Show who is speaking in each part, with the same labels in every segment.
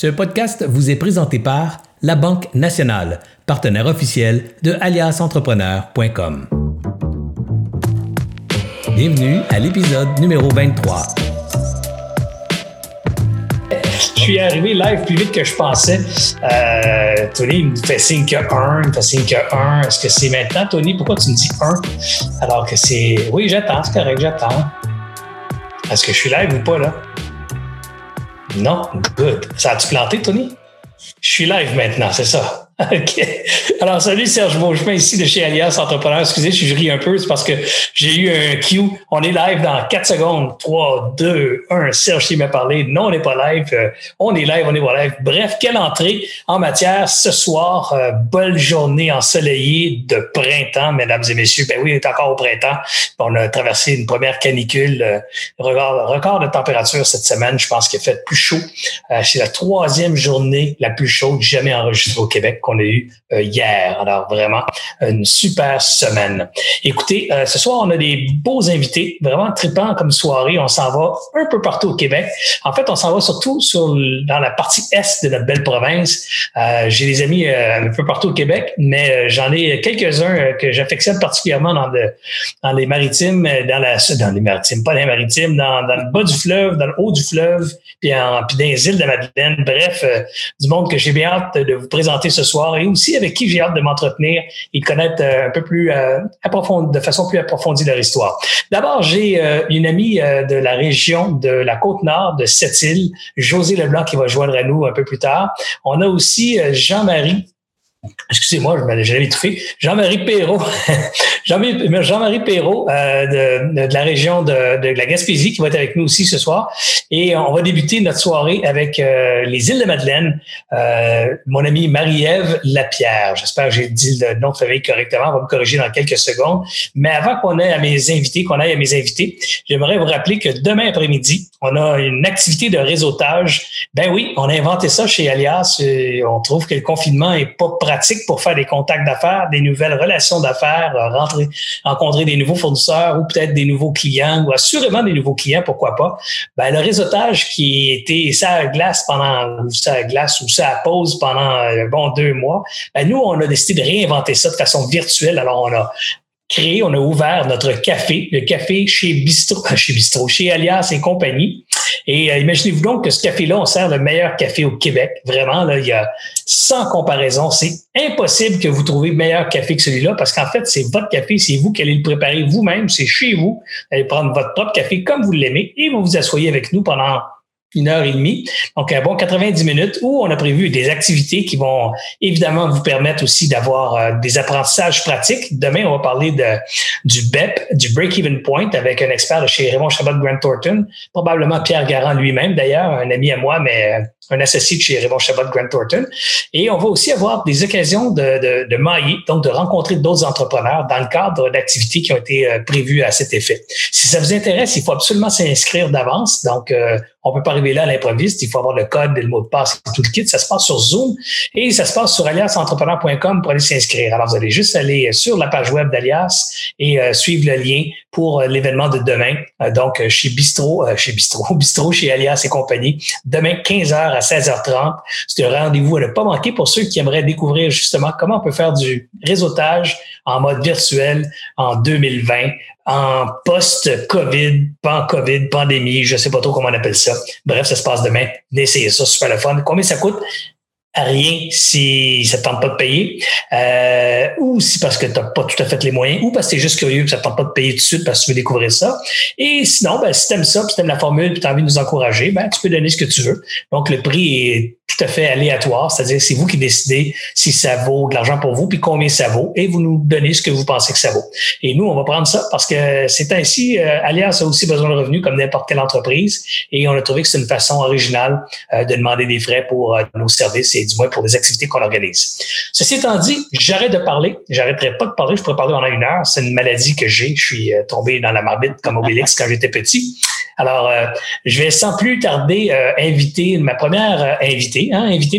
Speaker 1: Ce podcast vous est présenté par La Banque Nationale, partenaire officiel de aliasentrepreneur.com. Bienvenue à l'épisode numéro 23.
Speaker 2: Je suis arrivé live plus vite que je pensais. Tony, il me fait signe que 1, il me fait signe que 1. Est-ce que c'est maintenant, Tony? Pourquoi tu me dis 1? Alors que c'est... Oui, j'attends, c'est correct, j'attends. Est-ce que je suis live ou pas, là? Non? Good. Ça a-tu planté, Tony? Je suis live maintenant, c'est ça. OK. Alors, salut Serge Beauchemin ici de chez Alias Entrepreneur. Excusez, je ris un peu, c'est parce que j'ai eu un cue. On est live dans 4 secondes. 3, 2, 1. Serge qui m'a parlé. Non, on n'est pas live. On est live, on n'est pas live. Bref, quelle entrée en matière ce soir. Belle journée ensoleillée de printemps, mesdames et messieurs. Ben oui, on est encore au printemps. On a traversé une première canicule. Record de température cette semaine. Je pense qu'il a fait plus chaud. C'est la 3e journée la plus chaude jamais enregistrée au Québec qu'on a eu hier. Alors vraiment, une super semaine. Écoutez, ce soir, on a des beaux invités, vraiment trippants comme soirée. On s'en va un peu partout au Québec. En fait, on s'en va surtout dans la partie est de notre belle province. J'ai des amis un peu partout au Québec, mais j'en ai quelques-uns que j'affectionne particulièrement dans les maritimes, dans les maritimes, pas dans les maritimes, dans le bas du fleuve, dans le haut du fleuve, puis dans les îles de Madeleine. Bref, du monde que j'ai bien hâte de vous présenter ce soir et aussi avec qui j'ai hâte de m'entretenir et connaître un peu plus de façon plus approfondie leur histoire. D'abord, j'ai une amie de la région de la Côte-Nord, de Sept-Îles, Josée Leblanc, qui va joindre à nous un peu plus tard. On a aussi Jean-Marie. Excusez-moi, je l'avais étouffé. Jean-Marie Perrault, Jean-Marie Perrault de la région de la Gaspésie qui va être avec nous aussi ce soir. Et on va débuter notre soirée avec les îles de Madeleine. Mon amie Marie-Ève Lapierre. J'espère que j'ai dit le nom de famille correctement. On va me corriger dans quelques secondes. Mais avant qu'on aille à mes invités, j'aimerais vous rappeler que demain après-midi, on a une activité de réseautage. Ben oui, on a inventé ça chez Alias. On trouve que le confinement est pas pratique pour faire des contacts d'affaires, des nouvelles relations d'affaires, rencontrer des nouveaux fournisseurs ou peut-être des nouveaux clients ou assurément des nouveaux clients, pourquoi pas. Ben, le réseautage qui était ça à glace ou ça à pause pendant 2 mois, ben, nous, on a décidé de réinventer ça de façon virtuelle. Alors, on a ouvert notre café, le café chez Alias et compagnie. Et imaginez-vous donc que ce café-là, on sert le meilleur café au Québec. Vraiment, là, il y a sans comparaison. C'est impossible que vous trouviez meilleur café que celui-là parce qu'en fait, c'est votre café, c'est vous qui allez le préparer vous-même, c'est chez vous. Vous allez prendre votre propre café comme vous l'aimez et vous vous asseyez avec nous pendant 1h30. Donc, un bon 90 minutes où on a prévu des activités qui vont évidemment vous permettre aussi d'avoir des apprentissages pratiques. Demain, on va parler du BEP, du Break-Even Point, avec un expert de chez Raymond Chabot Grant Thornton, probablement Pierre Garand lui-même d'ailleurs, un ami à moi, mais un associé de chez Raymond Chabot Grant Thornton. Et on va aussi avoir des occasions de mailler, donc de rencontrer d'autres entrepreneurs dans le cadre d'activités qui ont été prévues à cet effet. Si ça vous intéresse, il faut absolument s'inscrire d'avance. Donc, on peut pas arriver là à l'improviste. Il faut avoir le code et le mot de passe et tout le kit. Ça se passe sur Zoom et ça se passe sur aliasentrepreneur.com pour aller s'inscrire. Alors, vous allez juste aller sur la page web d'Alias et suivre le lien pour l'événement de demain. Donc, Bistro chez Alias et compagnie. Demain, 15h à 16h30. C'est un rendez-vous à ne pas manquer pour ceux qui aimeraient découvrir justement comment on peut faire du réseautage en mode virtuel en 2020. En post-COVID, pan-COVID, pandémie, je sais pas trop comment on appelle ça. Bref, ça se passe demain. Venez essayer ça, super le fun. Combien ça coûte? Rien si ça ne tente pas de payer, ou si parce que tu n'as pas tout à fait les moyens, ou parce que tu es juste curieux et ça ne tente pas de payer tout de suite parce que tu veux découvrir ça. Et sinon, ben, si tu aimes ça, puis tu aimes la formule, puis tu as envie de nous encourager, ben, tu peux donner ce que tu veux. Donc, le prix est tout à fait aléatoire, c'est-à-dire c'est vous qui décidez si ça vaut de l'argent pour vous, puis combien ça vaut, et vous nous donnez ce que vous pensez que ça vaut. Et nous, on va prendre ça parce que c'est ainsi, Alias a aussi besoin de revenus comme n'importe quelle entreprise, et on a trouvé que c'est une façon originale de demander des frais pour nos services et du moins pour les activités qu'on organise. Ceci étant dit, j'arrête de parler, j'arrêterai pas de parler, je pourrais parler pendant 1 heure, c'est une maladie que j'ai, je suis tombé dans la marmite comme Obélix quand j'étais petit. Alors, je vais sans plus tarder inviter ma première invitée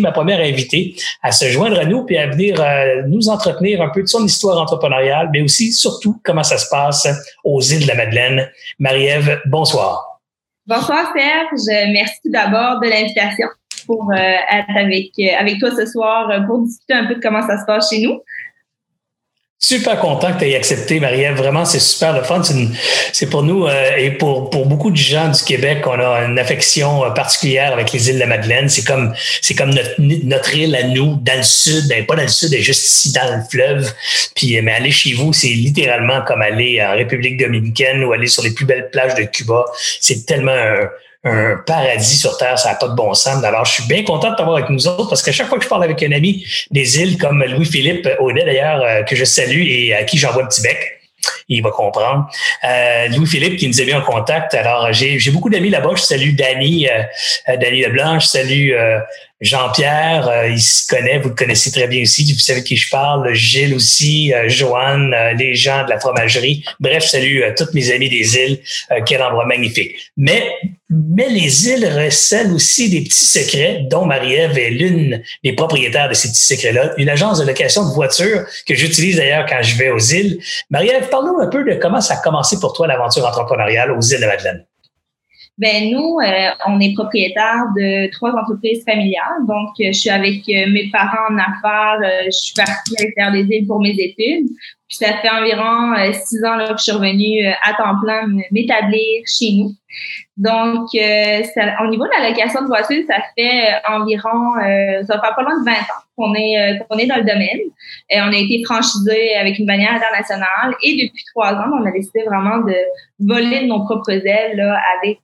Speaker 2: à se joindre à nous puis à venir nous entretenir un peu de son histoire entrepreneuriale, mais aussi, surtout, comment ça se passe aux îles de la Madeleine. Marie-Ève, bonsoir.
Speaker 3: Bonsoir Serge, merci d'abord de l'invitation. pour être avec toi ce soir pour discuter un peu de comment ça se passe chez nous.
Speaker 2: Super content que tu aies accepté, Marie-Ève. Vraiment, c'est super le fun. C'est pour nous et pour beaucoup de gens du Québec, on a une affection particulière avec les îles de la Madeleine. C'est comme notre île à nous, dans le sud. Elle n'est pas dans le sud, elle est juste ici dans le fleuve. Puis, mais aller chez vous, c'est littéralement comme aller en République dominicaine ou aller sur les plus belles plages de Cuba. C'est tellement un paradis sur Terre, ça n'a pas de bon sens. Alors, je suis bien content de t'avoir avec nous autres parce que chaque fois que je parle avec un ami des îles comme Louis-Philippe Audet, d'ailleurs, que je salue et à qui j'envoie un petit bec, il va comprendre. Louis-Philippe qui nous a mis en contact. Alors, j'ai beaucoup d'amis là-bas. Je salue Dany Leblanc, je salue Jean-Pierre, il se connaît, vous le connaissez très bien aussi, vous savez de qui je parle, Gilles aussi, Joanne, les gens de la fromagerie. Bref, je salue tous mes amis des îles, quel endroit magnifique. Mais les îles recèlent aussi des petits secrets, dont Marie-Ève est l'une des propriétaires de ces petits secrets-là, une agence de location de voitures que j'utilise d'ailleurs quand je vais aux îles. Marie-Ève, parle-nous un peu de comment ça a commencé pour toi l'aventure entrepreneuriale aux îles de Madeleine.
Speaker 3: Ben nous, on est propriétaire de 3 entreprises familiales. Donc, je suis avec mes parents en affaires. Je suis partie à l'extérieur des îles pour mes études. Puis ça fait environ 6 ans là, que je suis revenue à temps plein m'établir chez nous. Donc, au niveau de la location de voitures, ça fait environ, ça va faire pas loin de 20 ans qu'on est dans le domaine. On a été franchisé avec une bannière internationale et depuis 3 ans, on a décidé vraiment de voler de nos propres ailes là,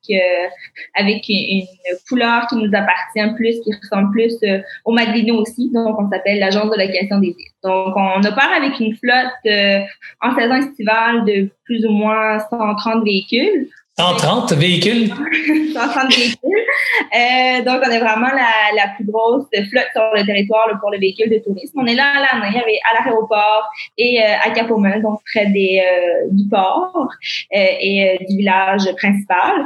Speaker 3: avec une couleur qui nous appartient plus, qui ressemble plus au Madelino aussi. Donc, on s'appelle l'agence de location des îles. Donc, on opère avec une flotte en saison estivale de plus ou moins 130 véhicules.
Speaker 2: 130 véhicules?
Speaker 3: 130 véhicules. Donc, on est vraiment la plus grosse flotte sur le territoire là, pour le véhicule de tourisme. On est là à l'année à l'aéroport et à Cap-au-Mel, donc près du port et du village principal.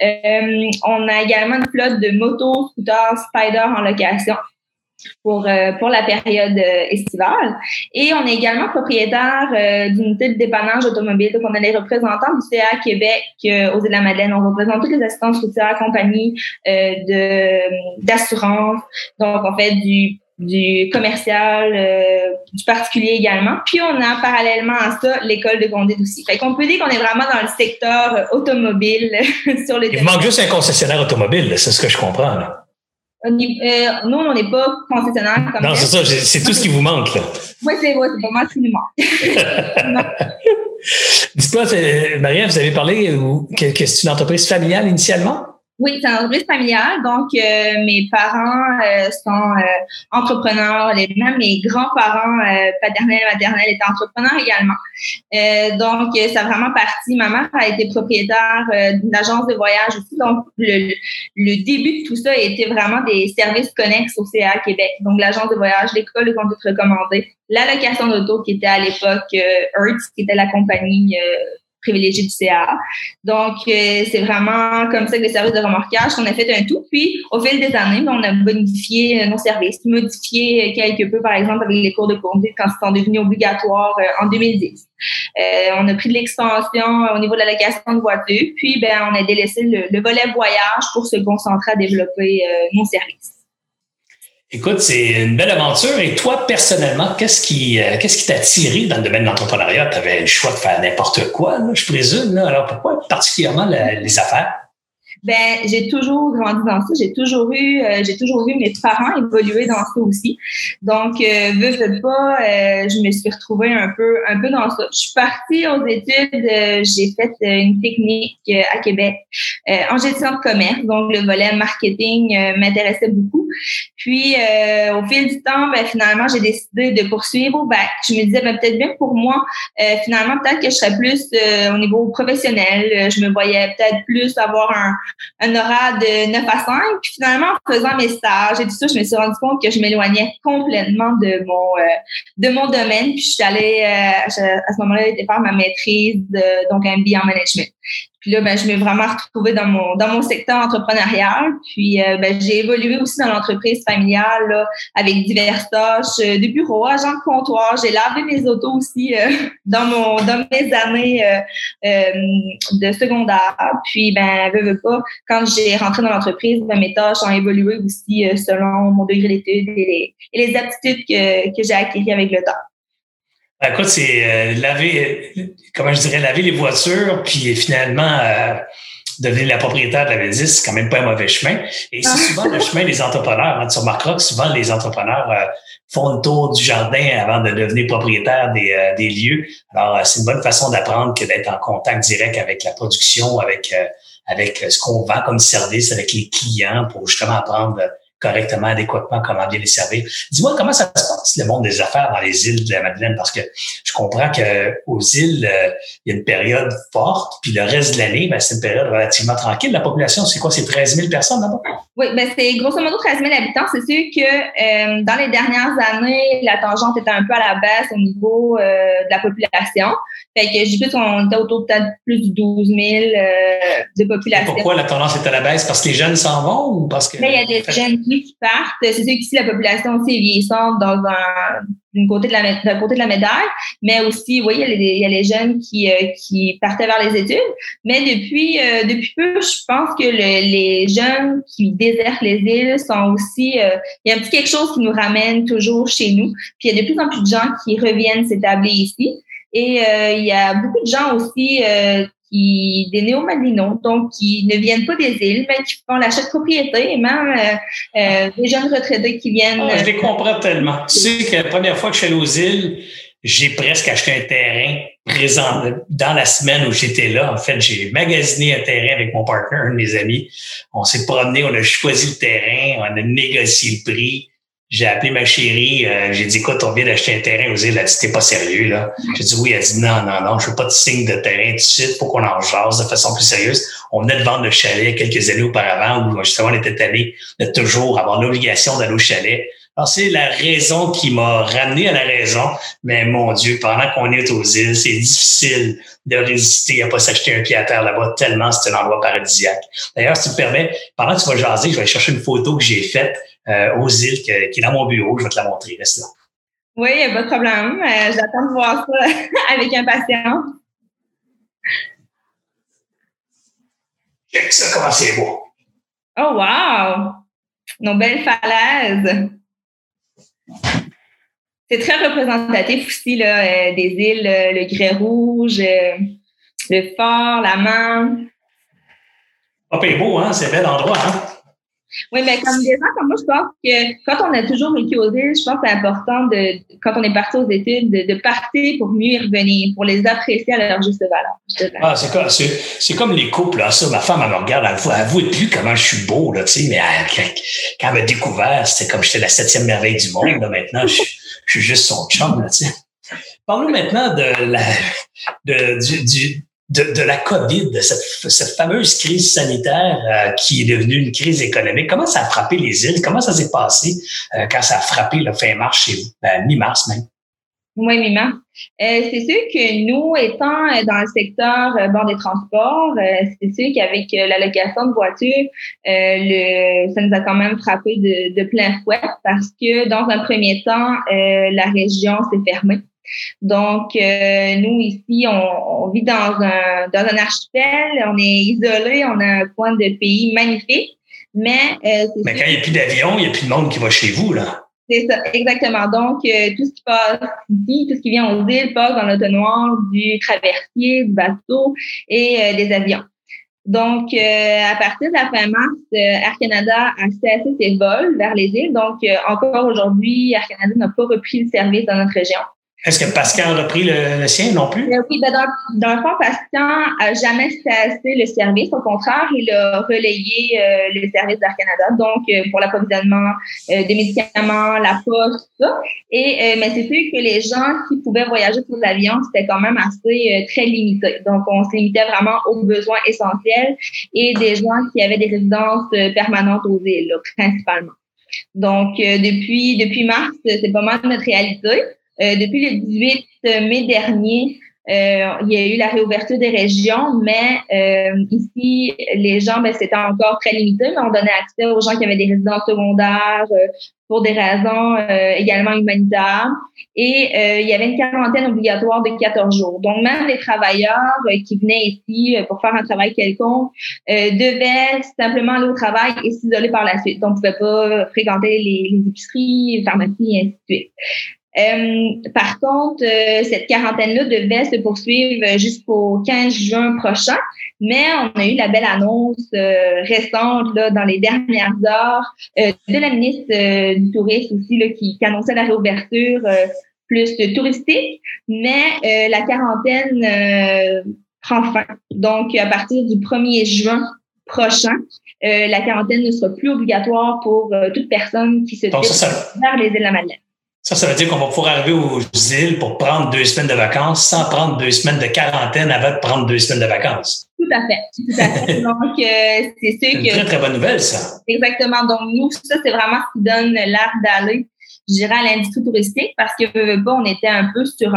Speaker 3: On a également une flotte de motos, scooters, Spyder en location pour la période estivale. Et on est également propriétaire d'une unité de dépannage automobile. Donc, on a les représentants du CA Québec aux îles de la Madeleine. On représente toutes les assistances routières, compagnies d'assurance. Donc, on fait du commercial, du particulier également. Puis, on a parallèlement à ça l'école de conduite aussi. Fait qu'on peut dire qu'on est vraiment dans le secteur automobile sur le
Speaker 2: Il manque juste un concessionnaire automobile, c'est ce que je comprends, là.
Speaker 3: Nous, on n'est pas concessionnaire comme ça.
Speaker 2: Non, c'est ça, c'est tout ce qui vous manque, là.
Speaker 3: Oui, c'est moi ce qui nous manque.
Speaker 2: Dites-moi, Marie-Ève, vous avez parlé que c'est une entreprise familiale initialement?
Speaker 3: Oui, c'est une entreprise familiale. Donc, mes parents sont entrepreneurs. Même mes grands-parents paternels et maternels étaient entrepreneurs également. Donc, ça a vraiment parti. Ma mère a été propriétaire d'une agence de voyage aussi. Donc, le début de tout ça était vraiment des services connexes au CA Québec. Donc, l'agence de voyage, l'école de conduite recommandée, la location d'auto qui était à l'époque Hertz, qui était la compagnie privilégié du CA. Donc, c'est vraiment comme ça que les services de remorquage qu'on a fait un tout. Puis, au fil des années, on a modifié nos services, modifié quelque peu, par exemple, avec les cours de conduite quand ils sont devenus obligatoires en 2010. On a pris de l'expansion au niveau de la location de voitures. Puis, on a délaissé le volet voyage pour se concentrer à développer nos services.
Speaker 2: Écoute, c'est une belle aventure. Et toi, personnellement, qu'est-ce qui t'a attiré dans le domaine de l'entrepreneuriat? Tu avais le choix de faire n'importe quoi, là, je présume. Là. Alors, pourquoi particulièrement les affaires?
Speaker 3: J'ai toujours grandi dans ça. J'ai toujours vu mes parents évoluer dans ça aussi. Donc, veux pas, je me suis retrouvée un peu dans ça. Je suis partie aux études, j'ai fait une technique à Québec en gestion de commerce. Donc, le volet marketing m'intéressait beaucoup. Puis, au fil du temps, finalement, j'ai décidé de poursuivre au bac. Je me disais, peut-être bien pour moi, finalement, peut-être que je serais plus au niveau professionnel. Je me voyais peut-être plus avoir un horaire de 9 à 5. Puis finalement, en faisant mes stages et tout ça, je me suis rendu compte que je m'éloignais complètement de mon domaine. Puis je suis allée, à ce moment-là, faire ma maîtrise, donc un MBA en management. Puis là, je m'ai vraiment retrouvée dans mon secteur entrepreneurial. Puis j'ai évolué aussi dans l'entreprise familiale là, avec diverses tâches de bureau, agent de comptoir. J'ai lavé mes autos aussi dans mes années de secondaire. Puis veux pas, quand j'ai rentré dans l'entreprise, mes tâches ont évolué aussi selon mon degré d'études et les aptitudes que j'ai acquises avec le temps.
Speaker 2: Écoute, c'est laver les voitures, puis finalement devenir la propriétaire de la maison, c'est quand même pas un mauvais chemin. Et c'est souvent le chemin des entrepreneurs. Hein. Tu remarqueras que souvent les entrepreneurs font le tour du jardin avant de devenir propriétaire des lieux. Alors, c'est une bonne façon d'apprendre que d'être en contact direct avec la production, avec ce qu'on vend comme service, avec les clients pour justement apprendre correctement, adéquatement, comment bien les servir. Dis-moi, comment ça se passe, le monde des affaires dans les îles de la Madeleine? Parce que je comprends qu'aux îles, il y a une période forte, puis le reste de l'année, c'est une période relativement tranquille. La population, c'est quoi? C'est 13 000 personnes là-bas?
Speaker 3: Oui, c'est grosso modo 13 000 habitants. C'est sûr que dans les dernières années, la tangente était un peu à la baisse au niveau de la population. Fait que j'ai vu qu'on était autour de peut-être plus de 12 000 de population.
Speaker 2: Et pourquoi la tendance est à la baisse? Parce que les jeunes s'en vont ou parce que...
Speaker 3: Il y a des jeunes qui partent. C'est sûr qu'ici, la population aussi est vieillissante d'un côté de la médaille, mais aussi, oui, il y a les jeunes qui partaient vers les études. Mais depuis peu, je pense que les jeunes qui désertent les îles sont aussi... il y a un petit quelque chose qui nous ramène toujours chez nous. Puis il y a de plus en plus de gens qui reviennent s'établir ici. Et il y a beaucoup de gens aussi des néo-madelinos, donc qui ne viennent pas des îles, mais qui font l'achat de propriété et même des jeunes retraités qui viennent...
Speaker 2: je les comprends tellement. Tu sais que la première fois que je suis allé aux îles, j'ai presque acheté un terrain présent dans la semaine où j'étais là. En fait, j'ai magasiné un terrain avec mon partner, un de mes amis. On s'est promené, on a choisi le terrain, on a négocié le prix. J'ai appelé ma chérie, j'ai dit, écoute, on vient d'acheter un terrain aux îles. Elle a dit, t'es pas sérieux, là? J'ai dit, oui. Elle a dit, non, je veux pas de signe de terrain tout de suite. Faut qu'on en jase de façon plus sérieuse. On venait de vendre le chalet quelques années auparavant où, justement, on était allé de toujours avoir l'obligation d'aller au chalet. Alors, c'est la raison qui m'a ramené à la raison. Mais mon Dieu, pendant qu'on est aux îles, c'est difficile de résister à pas s'acheter un pied à terre là-bas tellement c'est un endroit paradisiaque. D'ailleurs, si tu me permets, pendant que tu vas jaser, je vais aller chercher une photo que j'ai faite aux îles qui est dans mon bureau. Je vais te la montrer. Reste là.
Speaker 3: Oui, il n'y a pas de problème. J'attends de voir ça avec impatience.
Speaker 2: Check ça, comment c'est beau.
Speaker 3: Oh, wow! Nos belles falaises. C'est très représentatif aussi là, des îles, le Grès-Rouge, le Fort, la Manche.
Speaker 2: Ah, c'est beau, hein? C'est un bel endroit, hein?
Speaker 3: Oui, mais comme des gens comme moi, je pense que quand on a toujours vécu aux îles, je pense que c'est important, quand on est parti aux études, de partir pour mieux y revenir, pour les apprécier à leur juste valeur.
Speaker 2: Ah, c'est comme les couples, là. Ça, ma femme, elle me regarde, elle voit plus comment je suis beau, là, tu sais, mais quand elle m'a découvert, c'était comme j'étais la 7e merveille du monde, là. Maintenant, je suis juste son chum, là, tu sais. Parlons maintenant de la COVID, de cette fameuse crise sanitaire qui est devenue une crise économique. Comment ça a frappé les îles? Comment ça s'est passé quand ça a frappé le fin mars chez vous? Mi-mars même.
Speaker 3: Oui, mi-mars. C'est sûr que nous, étant dans le secteur des transports, c'est sûr qu'avec la location de voitures, ça nous a quand même frappé de plein fouet parce que dans un premier temps, la région s'est fermée. Donc, nous, ici, on vit dans un archipel, on est isolé, on a un coin de pays magnifique, mais...
Speaker 2: mais quand il n'y a plus d'avion, il n'y a plus de monde qui va chez vous, là.
Speaker 3: C'est ça, exactement. Donc, tout ce qui passe ici, tout ce qui vient aux îles passe dans l'automnoir du traversier, du bateau et des avions. Donc, à partir de la fin mars, Air Canada a cessé ses vols vers les îles. Donc, encore aujourd'hui, Air Canada n'a pas repris le service dans notre région.
Speaker 2: Est-ce que Pascal a repris le sien non plus?
Speaker 3: Oui, dans le fond, Pascal n'a jamais cessé le service. Au contraire, il a relayé le service d'Air Canada, donc pour l'approvisionnement des médicaments, la poste, tout ça. Mais c'est sûr que les gens qui pouvaient voyager sur l'avion, c'était quand même assez très limité. Donc, on se limitait vraiment aux besoins essentiels et des gens qui avaient des résidences permanentes aux îles, là, principalement. Donc, depuis mars, c'est pas mal notre réalité. Depuis le 18 mai dernier, il y a eu la réouverture des régions, mais ici, les gens, c'était encore très limité, mais on donnait accès aux gens qui avaient des résidences secondaires pour des raisons également humanitaires. Et il y avait une quarantaine obligatoire de 14 jours. Donc, même les travailleurs qui venaient ici pour faire un travail quelconque devaient simplement aller au travail et s'isoler par la suite. Donc, on ne pouvait pas fréquenter les épiceries, les pharmacies, et ainsi de suite. Par contre, cette quarantaine-là devait se poursuivre jusqu'au 15 juin prochain, mais on a eu la belle annonce récente là, dans les dernières heures de la ministre du Tourisme aussi là, qui annonçait la réouverture plus touristique, mais la quarantaine prend fin. Donc, à partir du 1er juin prochain, la quarantaine ne sera plus obligatoire pour toute personne qui se dirige vers les îles de la Madeleine.
Speaker 2: Ça veut dire qu'on va pouvoir arriver aux îles pour prendre 2 semaines de vacances sans prendre 2 semaines de quarantaine avant de prendre 2 semaines de vacances.
Speaker 3: Tout à fait. Donc, c'est sûr que...
Speaker 2: C'est une très, très bonne nouvelle, ça.
Speaker 3: Exactement. Donc, nous, ça, c'est vraiment ce qui donne l'air d'aller, je dirais, à l'industrie touristique parce que, on était un peu sur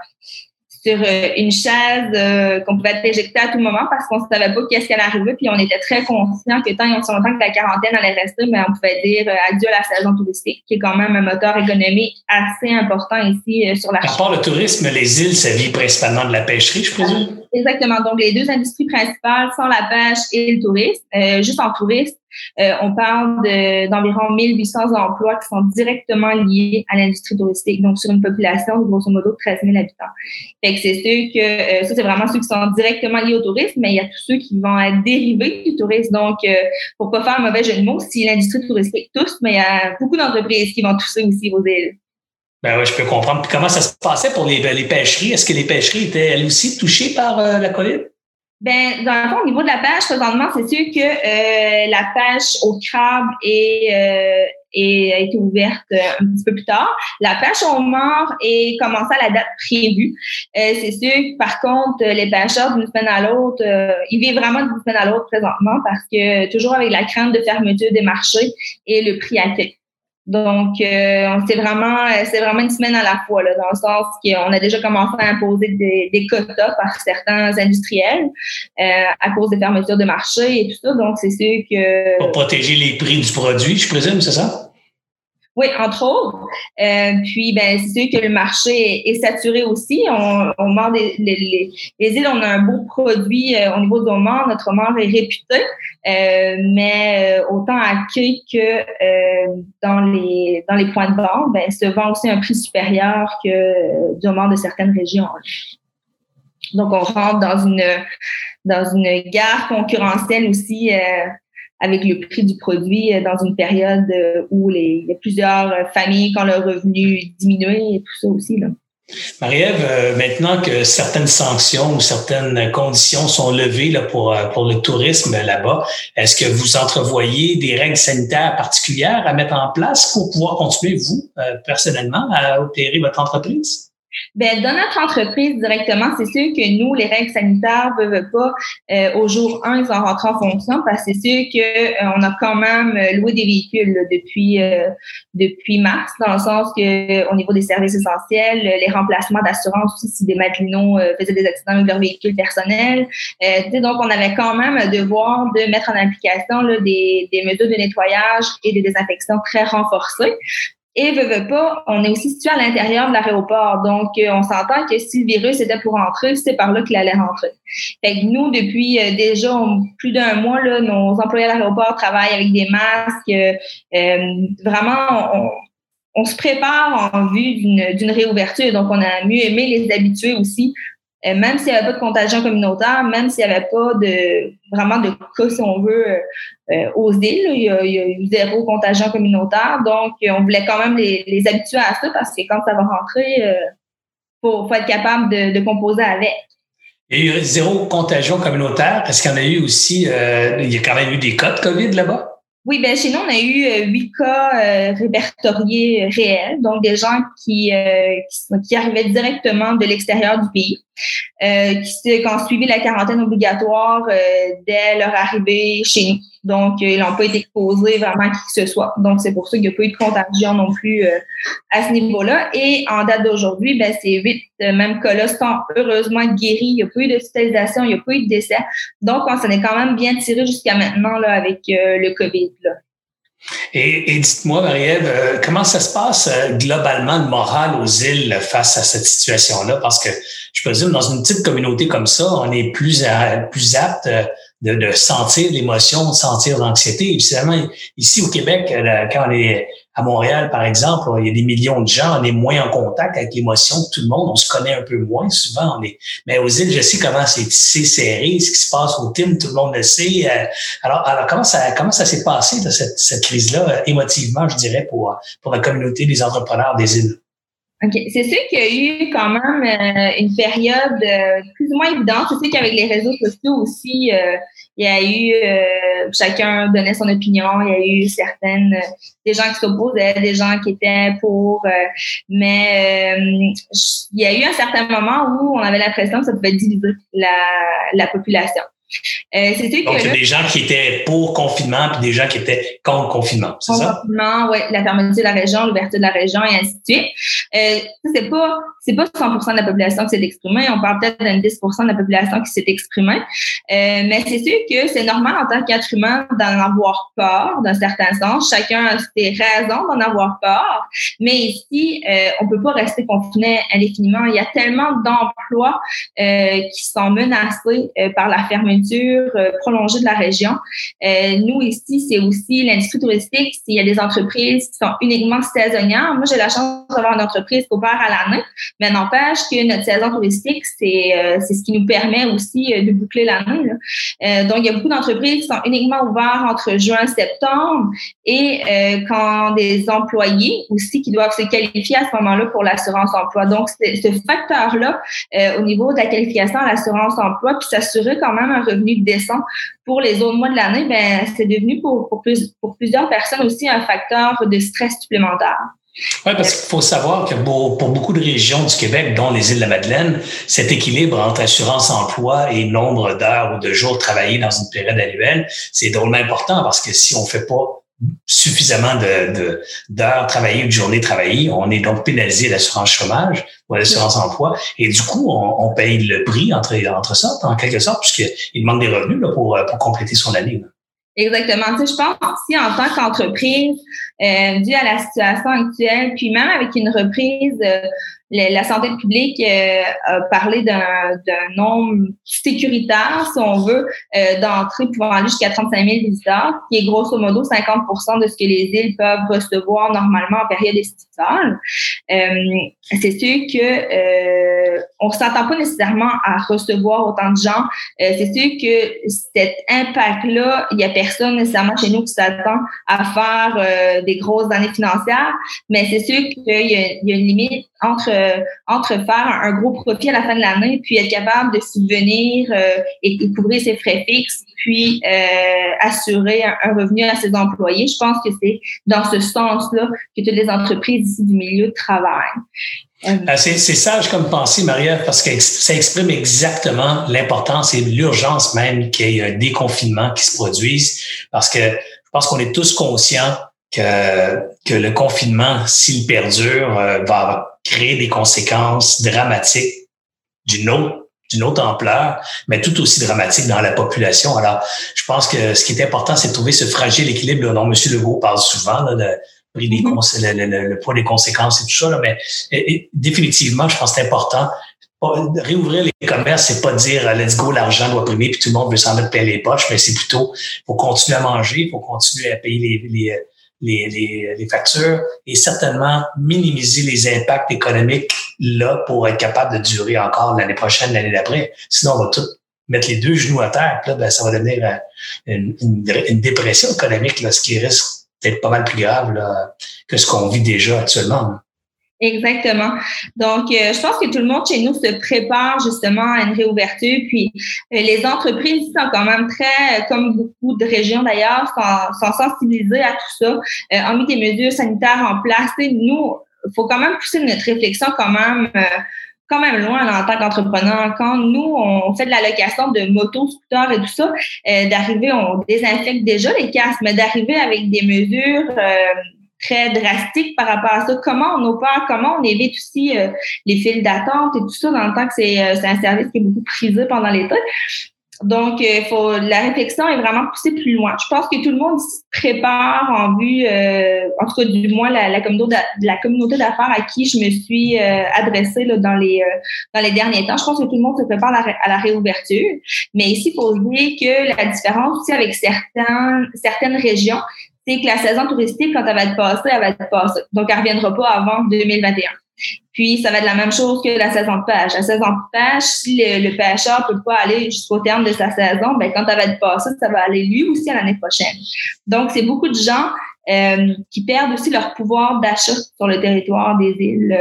Speaker 3: une chaise qu'on pouvait être éjecté à tout moment parce qu'on ne savait pas qu'est-ce qui allait arriver. Puis on était très conscients que tant et aussi longtemps que la quarantaine allait rester, mais on pouvait dire adieu à la saison touristique, qui est quand même un moteur économique assez important ici sur la
Speaker 2: À part le tourisme, les îles, ça vit principalement de la pêcherie, je présume?
Speaker 3: Exactement. Donc, les 2 industries principales sont la pêche et le tourisme. Juste en tourisme, on parle d'environ 1800 emplois qui sont directement liés à l'industrie touristique, donc sur une population de grosso modo 13 000 habitants. Fait que c'est sûr que ça, c'est vraiment ceux qui sont directement liés au tourisme, mais il y a tous ceux qui vont être dérivés du tourisme. Donc, pour pas faire un mauvais jeu de mots, si l'industrie touristique tousse, mais il y a beaucoup d'entreprises qui vont tousser aussi aux îles.
Speaker 2: Ben oui, je peux comprendre. Puis comment ça se passait pour les pêcheries? Est-ce que les pêcheries étaient elles aussi touchées par la COVID?
Speaker 3: Ben, dans le fond, au niveau de la pêche, présentement, c'est sûr que la pêche au crabe a été ouverte un petit peu plus tard. La pêche au homard est commencée à la date prévue. C'est sûr que, par contre, les pêcheurs d'une semaine à l'autre, ils vivent vraiment d'une semaine à l'autre présentement parce que toujours avec la crainte de fermeture des marchés et le prix à quai. Donc, c'est vraiment une semaine à la fois, là, dans le sens qu'on a déjà commencé à imposer des quotas par certains industriels à cause des fermetures de marché et tout ça. Donc, c'est sûr que...
Speaker 2: Pour protéger les prix du produit, je présume, c'est ça?
Speaker 3: Oui, entre autres. Puis, c'est sûr que le marché est saturé aussi. On mord les îles, on a un beau produit au niveau du homard. Notre homard est réputé, mais autant à quai que dans les points de vente, se vend aussi un prix supérieur que du homard de certaines régions. Donc, on rentre dans une guerre concurrentielle aussi avec le prix du produit dans une période où il y a plusieurs familles qui ont leur revenu diminué et tout ça aussi, là.
Speaker 2: Marie-Ève, maintenant que certaines sanctions ou certaines conditions sont levées là, pour le tourisme là-bas, est-ce que vous entrevoyez des règles sanitaires particulières à mettre en place pour pouvoir continuer, vous, personnellement, à opérer votre entreprise?
Speaker 3: Dans notre entreprise directement, c'est sûr que nous, les règles sanitaires ne veulent pas au jour 1, ils sont rentrés en fonction parce que c'est sûr qu'on a quand même loué des véhicules là, depuis mars, dans le sens que au niveau des services essentiels, les remplacements d'assurance aussi, si des matelots faisaient des accidents avec leur véhicule personnel. Donc, on avait quand même un devoir de mettre en application là, des mesures de nettoyage et de désinfection très renforcées. Et veut pas, on est aussi situé à l'intérieur de l'aéroport. Donc, on s'entend que si le virus était pour rentrer, c'est par là qu'il allait rentrer. Fait que nous, depuis déjà plus d'un mois, là, nos employés à l'aéroport travaillent avec des masques. Vraiment, on se prépare en vue d'une réouverture. Donc, on a mieux aimé les habituer aussi. Même s'il n'y avait pas de contagion communautaire, même s'il n'y avait pas vraiment de cas, si on veut, aux îles, il y a eu 0 contagion communautaire. Donc, on voulait quand même les habituer à ça parce que quand ça va rentrer, faut être capable de composer avec.
Speaker 2: Il y a eu 0 contagion communautaire. Est-ce qu'il y en a eu aussi, il y a quand même eu des cas de COVID là-bas? Oui,
Speaker 3: chez nous, on a eu 8 cas répertoriés réels, donc des gens qui arrivaient directement de l'extérieur du pays, qui ont suivi la quarantaine obligatoire dès leur arrivée chez nous. Donc, ils n'ont pas été exposés vraiment à qui que ce soit. Donc, c'est pour ça qu'il n'y a pas eu de contagion non plus à ce niveau-là. Et en date d'aujourd'hui, ben ces 8 mêmes cas-là sont heureusement guéris. Il n'y a pas eu d'hospitalisation, il n'y a pas eu de décès. Donc, on s'en est quand même bien tiré jusqu'à maintenant là, avec le COVID. Là.
Speaker 2: Et dites-moi, Marie-Ève, comment ça se passe globalement le moral aux îles face à cette situation-là? Parce que je peux dire, dans une petite communauté comme ça, on est plus apte de sentir l'émotion, de sentir l'anxiété. Et finalement, ici au Québec, quand on est à Montréal, par exemple, il y a des millions de gens, on est moins en contact avec l'émotion que tout le monde, on se connaît un peu moins souvent. Mais aux îles, je sais comment c'est tissé, serré, ce qui se passe au team, tout le monde le sait. Alors comment ça s'est passé, cette crise-là, émotivement, je dirais, pour la communauté des entrepreneurs des îles?
Speaker 3: OK. C'est sûr qu'il y a eu quand même une période plus ou moins évidente. Je sais qu'avec les réseaux sociaux aussi, il y a eu, chacun donnait son opinion. Il y a eu des gens qui s'opposaient, des gens qui étaient pour. Mais il y a eu un certain moment où on avait l'impression que ça pouvait diviser la population. C'est sûr
Speaker 2: donc, il y a des gens qui étaient pour confinement puis des gens qui étaient contre confinement, c'est ça?
Speaker 3: Confinement, oui, la fermeture de la région, l'ouverture de la région et ainsi de suite. C'est pas 100% de la population qui s'est exprimée. On parle peut-être d'un 10% de la population qui s'est exprimée. Mais c'est sûr que c'est normal en tant qu'être humain d'en avoir peur, d'un certain sens. Chacun a ses raisons d'en avoir peur. Mais ici, on peut pas rester confiné indéfiniment. Il y a tellement d'emplois qui sont menacés par la fermeture prolongée de la région. Nous, ici, c'est aussi l'industrie touristique. Il y a des entreprises qui sont uniquement saisonnières. Moi, j'ai la chance d'avoir une entreprise qui opère à l'année, mais n'empêche que notre saison touristique, c'est ce qui nous permet aussi de boucler l'année. Donc, il y a beaucoup d'entreprises qui sont uniquement ouvertes entre juin et septembre et quand des employés aussi qui doivent se qualifier à ce moment-là pour l'assurance emploi. Donc, ce facteur-là, au niveau de la qualification à l'assurance emploi, puis s'assurer quand même un revenu décent pour les autres mois de l'année, ben c'est devenu pour plusieurs personnes aussi un facteur de stress supplémentaire.
Speaker 2: Oui, parce qu'il faut savoir que pour beaucoup de régions du Québec, dont les Îles-de-la-Madeleine, cet équilibre entre assurance-emploi et nombre d'heures ou de jours travaillés dans une période annuelle, c'est drôlement important parce que si on fait pas suffisamment d'heures travaillées ou de journées travaillées, on est donc pénalisé à l'assurance chômage ou à l'assurance emploi. Et du coup, on paye le prix entre ça, en quelque sorte, puisqu'il manque des revenus là, pour compléter son année. Là.
Speaker 3: Exactement. Tu sais, je pense aussi en tant qu'entreprise, dû à la situation actuelle, puis même avec une reprise, la santé publique a parlé d'un nombre sécuritaire, si on veut, d'entrées pouvant aller jusqu'à 35 000 visiteurs, qui est grosso modo 50% de ce que les îles peuvent recevoir normalement en période estivale. C'est sûr que on ne s'attend pas nécessairement à recevoir autant de gens. C'est sûr que cet impact-là, il n'y a personne nécessairement chez nous qui s'attend à faire des grosses années financières, mais c'est sûr qu'il y a une limite entre faire un gros profit à la fin de l'année, puis être capable de subvenir et couvrir ses frais fixes, puis assurer un revenu à ses employés. Je pense que c'est dans ce sens-là que toutes les entreprises ici du milieu travaillent.
Speaker 2: C'est sage comme pensée, Marie-Ève, parce que ça exprime exactement l'importance et l'urgence même qu'il y ait un déconfinement qui se produise, parce que je pense qu'on est tous conscients que le confinement, s'il perdure, va créer des conséquences dramatiques d'une autre ampleur, mais tout aussi dramatique dans la population. Alors, je pense que ce qui est important, c'est de trouver ce fragile équilibre dont M. Legault parle souvent, là, le poids des conséquences et tout ça. Là, mais définitivement, je pense que c'est important. Réouvrir les commerces, c'est pas dire let's go, l'argent doit primer puis tout le monde veut s'en mettre plein les poches, mais c'est plutôt faut continuer à manger, faut continuer à payer les factures et certainement minimiser les impacts économiques là pour être capable de durer encore l'année prochaine, l'année d'après. Sinon, on va tout mettre les deux genoux à terre. Puis là, ben, ça va devenir une dépression économique, là, ce qui risque d'être pas mal plus grave là, que ce qu'on vit déjà actuellement. Là.
Speaker 3: Exactement. Donc, je pense que tout le monde chez nous se prépare justement à une réouverture. Puis, les entreprises sont quand même très, comme beaucoup de régions d'ailleurs, sont sensibilisées à tout ça, ont mis des mesures sanitaires en place. Et nous, il faut quand même pousser notre réflexion quand même quand même loin là, en tant qu'entrepreneur. Quand nous, on fait de la location de motos, scooters et tout ça, d'arriver, on désinfecte déjà les casques, mais d'arriver avec des mesures très drastiques par rapport à ça. Comment on opère, comment on évite aussi les files d'attente et tout ça, dans le temps que c'est un service qui est beaucoup prisé pendant l'été. Donc, la réflexion est vraiment poussée plus loin. Je pense que tout le monde se prépare en vue, en tout cas du moins la communauté d'affaires à qui je me suis adressée là, dans les derniers temps. Je pense que tout le monde se prépare à la réouverture. Mais ici, il faut oublier que la différence aussi avec certaines régions, c'est que la saison touristique, quand elle va être passée, elle va être passée. Donc, elle ne reviendra pas avant 2021. Puis, ça va être la même chose que la saison de pêche. La saison de pêche, si le pêcheur peut pas aller jusqu'au terme de sa saison, ben quand elle va être passée, ça va aller lui aussi à l'année prochaine. Donc, c'est beaucoup de gens qui perdent aussi leur pouvoir d'achat sur le territoire des îles.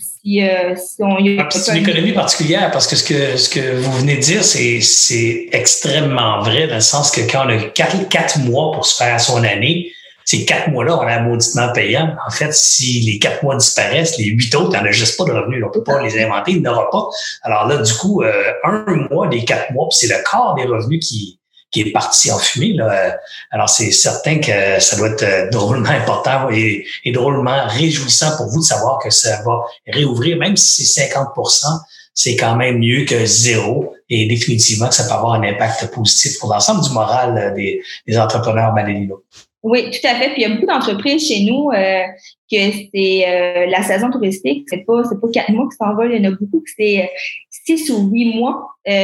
Speaker 2: C'est une économie particulière parce que ce que vous venez de dire, c'est extrêmement vrai dans le sens que quand on a 4 mois pour se faire son année, ces 4 mois-là, on est mauditement payant. En fait, si les 4 mois disparaissent, les 8 autres, il n'y en a juste pas de revenus. On ne peut pas les inventer, il n'y en aura pas. Alors là, du coup, 1 mois des 4 mois, puis c'est le quart des revenus qui est parti en fumée. Là. Alors, c'est certain que ça doit être drôlement important et drôlement réjouissant pour vous de savoir que ça va réouvrir, même si c'est 50%, c'est quand même mieux que 0. Et définitivement que ça peut avoir un impact positif pour l'ensemble du moral des entrepreneurs madélinois.
Speaker 3: Oui, tout à fait. Puis il y a beaucoup d'entreprises chez nous que c'est la saison touristique, c'est pas 4 mois qui s'envolent, il y en a beaucoup que c'est 6 ou 8 mois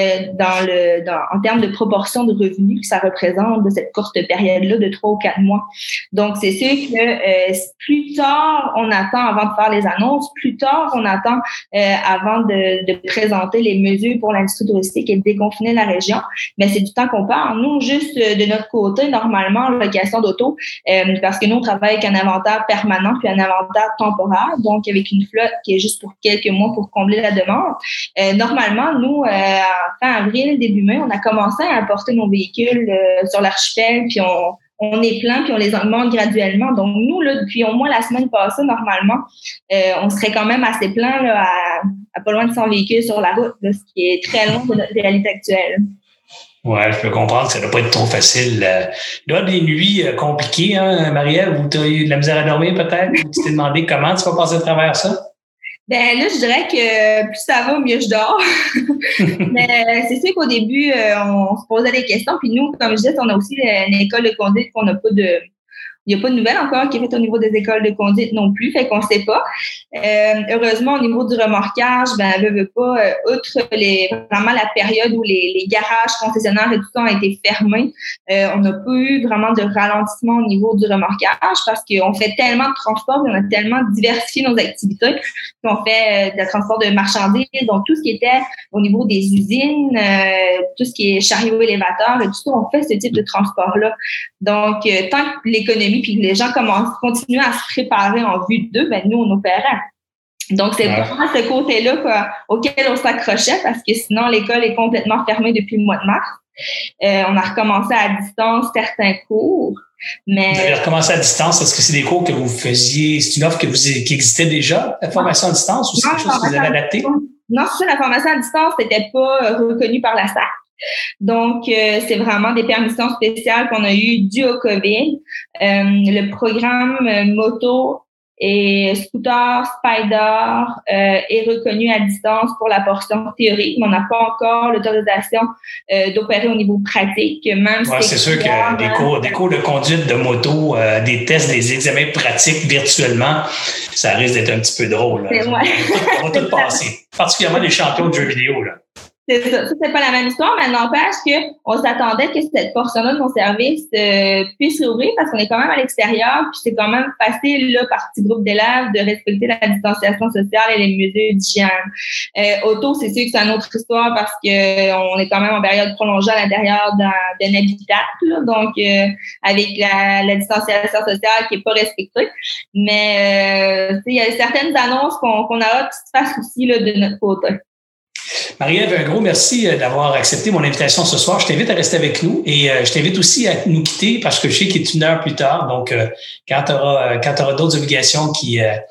Speaker 3: en termes de proportion de revenus que ça représente de cette courte période-là de 3 ou 4 mois. Donc, c'est sûr que plus tard on attend avant de faire les annonces, plus tard on attend avant de présenter les mesures pour l'industrie touristique et de déconfiner la région. Mais c'est du temps qu'on perd. Nous, juste de notre côté, normalement, location d'auto, parce que nous, on travaille avec un inventaire permanent puis un inventaire temporaire, donc avec une flotte qui est juste pour quelques mois pour combler la demande. Normalement, nous, fin avril, début mai, on a commencé à importer nos véhicules sur l'archipel, puis on est plein, puis on les augmente graduellement. Donc, nous, là, depuis au moins la semaine passée, normalement, on serait quand même assez plein là, à pas loin de 100 véhicules sur la route, là, ce qui est très loin de notre réalité actuelle.
Speaker 2: Oui, je peux comprendre que ça ne doit pas être trop facile. Il doit y avoir des nuits compliquées, hein, Marie-Ève, où tu as eu de la misère à dormir peut-être, où tu t'es demandé comment tu vas passer à travers ça?
Speaker 3: Ben là, je dirais que plus ça va, mieux je dors. Mais c'est sûr qu'au début, on se posait des questions. Puis nous, comme je disais, on a aussi une école de conduite qu'on n'a pas de... Il n'y a pas de nouvelle encore qui est faite au niveau des écoles de conduite non plus, fait qu'on ne sait pas. Heureusement, au niveau du remorquage, veut pas, outre vraiment la période où les garages concessionnaires et tout ça ont été fermés, on n'a pas eu vraiment de ralentissement au niveau du remorquage parce qu'on fait tellement de transport, on a tellement diversifié nos activités, qu'on fait de transport de marchandises, donc tout ce qui était au niveau des usines, tout ce qui est chariot élévateur et tout ça, on fait ce type de transport-là. Donc, tant que l'économie puis que les gens continuent à se préparer en vue d'eux, nous, on opérait. Donc, c'est vraiment ce côté-là auquel on s'accrochait parce que sinon, l'école est complètement fermée depuis le mois de mars. On a recommencé à distance certains cours. Mais...
Speaker 2: Vous avez recommencé à distance, est-ce que c'est des cours que vous faisiez, c'est une offre qui existait déjà, la formation à distance, ou c'est quelque chose que vous avez adapté?
Speaker 3: Non, c'est ça, la formation à distance n'était pas reconnue par la SAC. Donc, c'est vraiment des permissions spéciales qu'on a eues dues au COVID. Le programme moto et scooter Spider est reconnu à distance pour la portion théorique, mais on n'a pas encore l'autorisation d'opérer au niveau pratique. Même
Speaker 2: c'est sûr que des cours de conduite de moto, des tests, des examens pratiques virtuellement, ça risque d'être un petit peu drôle. Là. On va tout passer, particulièrement les champions de jeux vidéo. Là.
Speaker 3: C'est ça. Ça, c'est pas la même histoire, mais n'empêche qu'on s'attendait que cette portion-là de nos services puisse s'ouvrir parce qu'on est quand même à l'extérieur, puis c'est quand même facile, là, par petit groupe d'élèves, de respecter la distanciation sociale et les mesures d'hygiène. Auto, c'est sûr que c'est une autre histoire parce que on est quand même en période prolongée à l'intérieur d'un habitacle, là, donc avec la distanciation sociale qui est pas respectée. Mais il y a certaines annonces qu'on a hâte qui se fassent aussi là, de notre côté.
Speaker 2: Marie-Ève, un gros merci d'avoir accepté mon invitation ce soir. Je t'invite à rester avec nous et je t'invite aussi à nous quitter parce que je sais qu'il est 1 heure plus tard. Donc, quand tu auras d'autres obligations qui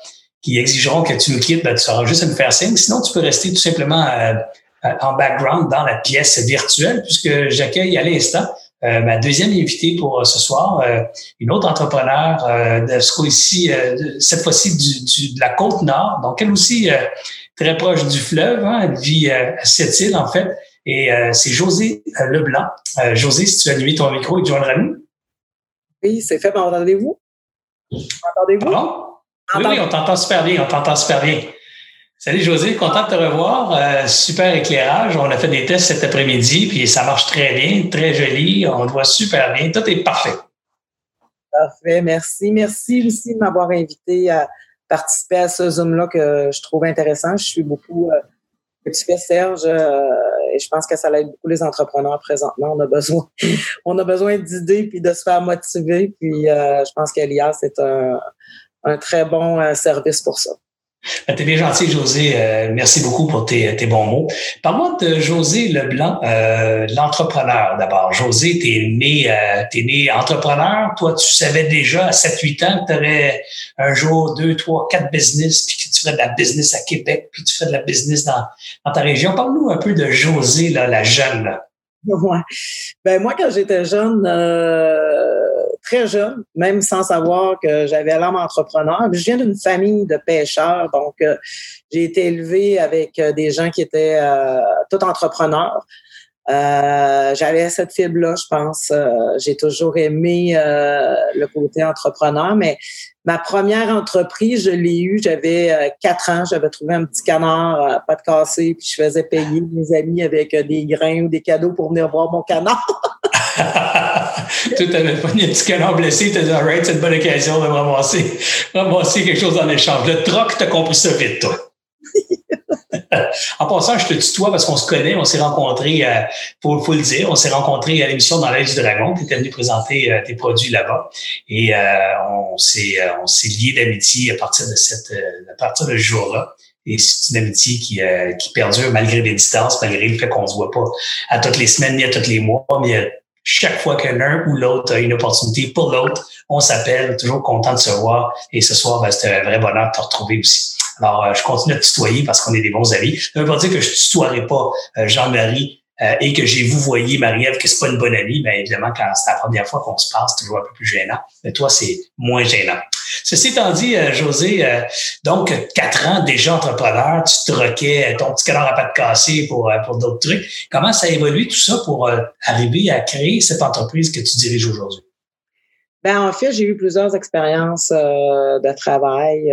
Speaker 2: qui exigeront que tu nous quittes, ben, tu auras juste à nous faire signe. Sinon, tu peux rester tout simplement en background dans la pièce virtuelle, puisque j'accueille à l'instant ma deuxième invitée pour ce soir, une autre entrepreneur de ce coup-ci, cette fois-ci de la Côte-Nord. Donc, elle aussi très proche du fleuve, hein, elle vit à Sept-Îles, en fait. Et c'est Josée Leblanc. Josée, si tu veux allumer ton micro et te joindre à nous.
Speaker 4: Oui, c'est fait. M'entendez-vous? M'entendez-vous?
Speaker 2: Pardon? Oui, on t'entend super bien. Salut Josée, content de te revoir. Super éclirage. On a fait des tests cet après-midi, puis ça marche très bien, très joli. On te voit super bien. Tout est parfait.
Speaker 4: Parfait, merci. Merci aussi de m'avoir invité à participer à ce Zoom-là que je trouve intéressant. Je suis beaucoup que tu fais, Serge, et je pense que ça aide beaucoup les entrepreneurs présentement. On a besoin d'idées puis de se faire motiver. Puis je pense qu'Elias, c'est un très bon service pour ça.
Speaker 2: T'es bien gentil, Josée. Merci beaucoup pour tes bons mots. Parle-moi de Josée Leblanc, l'entrepreneur d'abord. Josée, t'es né entrepreneur. Toi, tu savais déjà à 7-8 ans que tu aurais un jour 2, 3, 4 business, puis que tu ferais de la business à Québec, puis tu ferais de la business dans ta région. Parle-nous un peu de Josée, là, la jeune. Là.
Speaker 4: Ouais. Ben moi, quand j'étais jeune, très jeune, même sans savoir que j'avais l'âme entrepreneur. Je viens d'une famille de pêcheurs, donc j'ai été élevée avec des gens qui étaient tous entrepreneurs. J'avais cette fibre-là, je pense. J'ai toujours aimé le côté entrepreneur, mais ma première entreprise, je l'ai eue, j'avais 4 ans, j'avais trouvé un petit canard pas de cassé, puis je faisais payer mes amis avec des grains ou des cadeaux pour venir voir mon canard.
Speaker 2: Tu t'avais pas un petit canard blessé, tu as dit, all right, c'est une bonne occasion de ramasser quelque chose en échange. Le troc, t'as compris ça vite, toi. En passant, je te tutoie parce qu'on se connaît, on s'est rencontrés, faut le dire, on s'est rencontrés à l'émission dans l'Œil du Dragon, tu étais venu présenter tes produits là-bas et on s'est liés d'amitié à partir de ce jour-là. Et c'est une amitié qui perdure malgré les distances, malgré le fait qu'on se voit pas à toutes les semaines ni à tous les mois, mais chaque fois que l'un ou l'autre a une opportunité pour l'autre, on s'appelle, toujours content de se voir. Et ce soir, c'était un vrai bonheur de te retrouver aussi. Alors, je continue à te tutoyer parce qu'on est des bons amis. Ça veut pas dire que je tutoierai pas Jean-Marie et que j'ai vouvoyé Marie-Ève que c'est pas une bonne amie. Bien évidemment, quand c'est la première fois qu'on se passe, c'est toujours un peu plus gênant. Mais toi, c'est moins gênant. Ceci étant dit, Josée, donc 4 ans déjà entrepreneur, tu te troquais ton petit canard à pattes cassées pour d'autres trucs. Comment ça a évolué tout ça pour arriver à créer cette entreprise que tu diriges aujourd'hui?
Speaker 4: Ben, en fait, j'ai eu plusieurs expériences de travail.